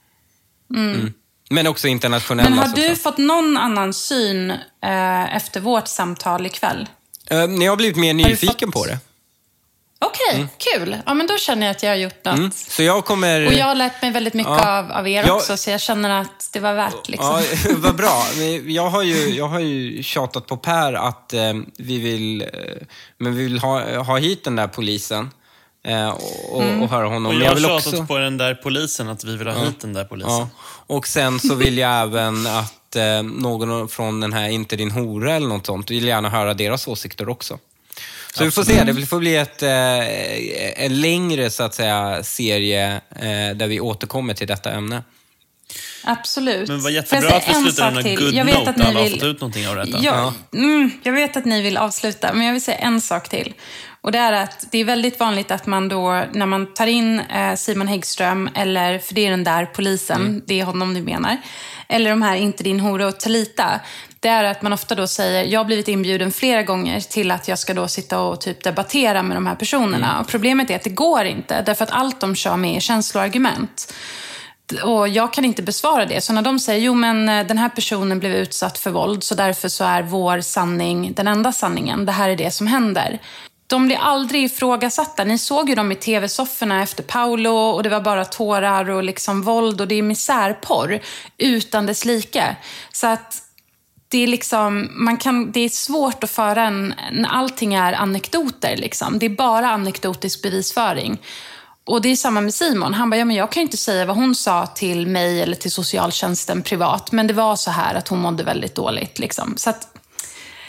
Men också internationella. Men har du fått någon annan syn efter vårt samtal ikväll? Jag har blivit mer nyfiken på det. Okej, kul. Ja, men då känner jag att jag har gjort något. Så jag kommer... Och jag har lärt mig väldigt mycket av er också, så jag känner att det var värt liksom. Ja, vad bra. Jag har ju tjatat på Per att vi vill ha hit den där polisen och höra honom. Och jag har tjatat på den där polisen att vi vill ha hit den där polisen. Ja. Och sen så vill jag även att någon från den här Inte din hora eller något sånt, vill gärna höra deras åsikter också. Så vi får se, det får bli en längre så att säga serie där vi återkommer till detta ämne. Absolut. Men vad jättebra att vi slutar med en good note. Alla har fått ut någonting av detta. Jag vet att ni vill avsluta, men jag vill säga en sak till. Och det är att det är väldigt vanligt att man då, när man tar in Simon Häggström, eller, för det är den där polisen, det är honom ni menar, eller de här Inte din hora och Talita, det är att man ofta då säger, jag har blivit inbjuden flera gånger till att jag ska då sitta och typ debattera med de här personerna. Och problemet är att det går inte, därför att allt de kör med är känsloargument. Och jag kan inte besvara det. Så när de säger, jo men den här personen blev utsatt för våld, så därför så är vår sanning den enda sanningen. Det här är det som händer. De blir aldrig ifrågasatta. Ni såg ju dem i tv-sofforna efter Paolo, och det var bara tårar och liksom våld, och det är misärporr utan dess like. Så att det är liksom, det är svårt att föra när allting är anekdoter liksom. Det är bara anekdotisk bevisföring. Och det är samma med Simon. Han bara, men jag kan ju inte säga vad hon sa till mig eller till socialtjänsten privat, men det var så här att hon mådde väldigt dåligt liksom. Så att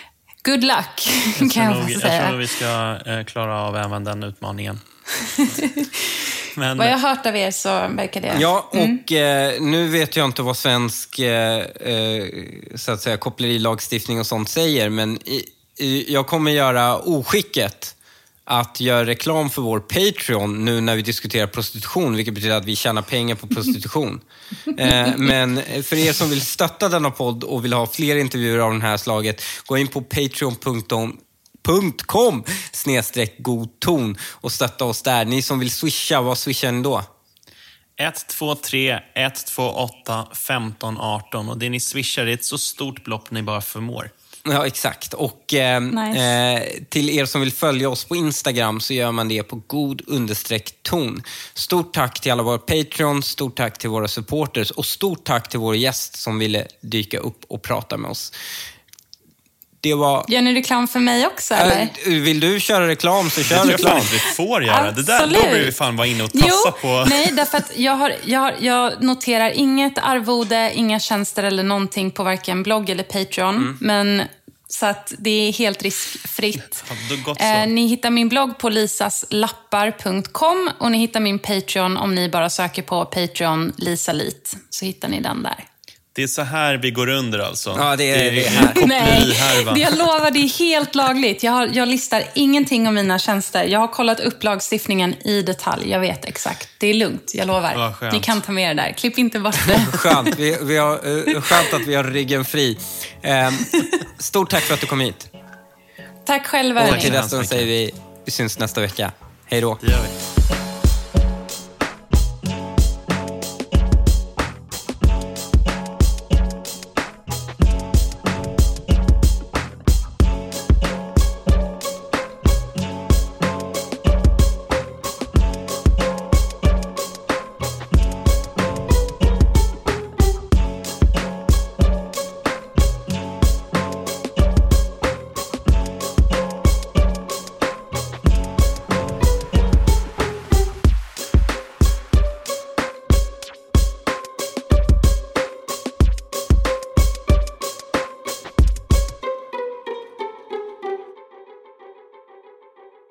good luck, kan jag få säga. Jag tror vi ska klara av även den utmaningen. Men, vad jag har hört av er så verkar det... Ja, och nu vet jag inte vad svensk så att säga, kopplerilagstiftning och sånt säger, men jag kommer göra oskicket att göra reklam för vår Patreon nu när vi diskuterar prostitution, vilket betyder att vi tjänar pengar på prostitution. Men för er som vill stötta denna podd och vill ha fler intervjuer av det här slaget, gå in på patreon.com/godton och stötta oss där. Ni som vill swisha, vad swishar ni då? 123 128 1518 och det ni swishar är ett så stort belopp ni bara förmår. Ja, exakt. Och nice. Till er som vill följa oss på Instagram så gör man det på god_ton. Stort tack till alla våra Patreons, stort tack till våra supporters och stort tack till vår gäst som ville dyka upp och prata med oss. Det var... Gör ni reklam för mig också, eller? Vill du köra reklam så kör reklam. Jag tror fan inte vi får göra. Absolut. Det där, då blir vi fan vara inne och tassa på... Nej, därför att jag noterar inget arvode, inga tjänster eller någonting på varken blogg eller Patreon. Men så att det är helt riskfritt. Ni hittar min blogg på lisaslappar.com och ni hittar min Patreon om ni bara söker på Patreon Lisa Lit. Så hittar ni den där. Det är så här vi går under alltså. Ja, det är här. Nej, jag lovar, det är helt lagligt. Jag listar ingenting om mina tjänster. Jag har kollat upp lagstiftningen i detalj. Jag vet exakt. Det är lugnt, jag lovar. Ni kan ta med er där. Klipp inte bort det. Skönt. Skönt att vi har ryggen fri. Stort tack för att du kom hit. Tack själva. Och till resten säger vi syns nästa vecka. Hej då. Det gör vi.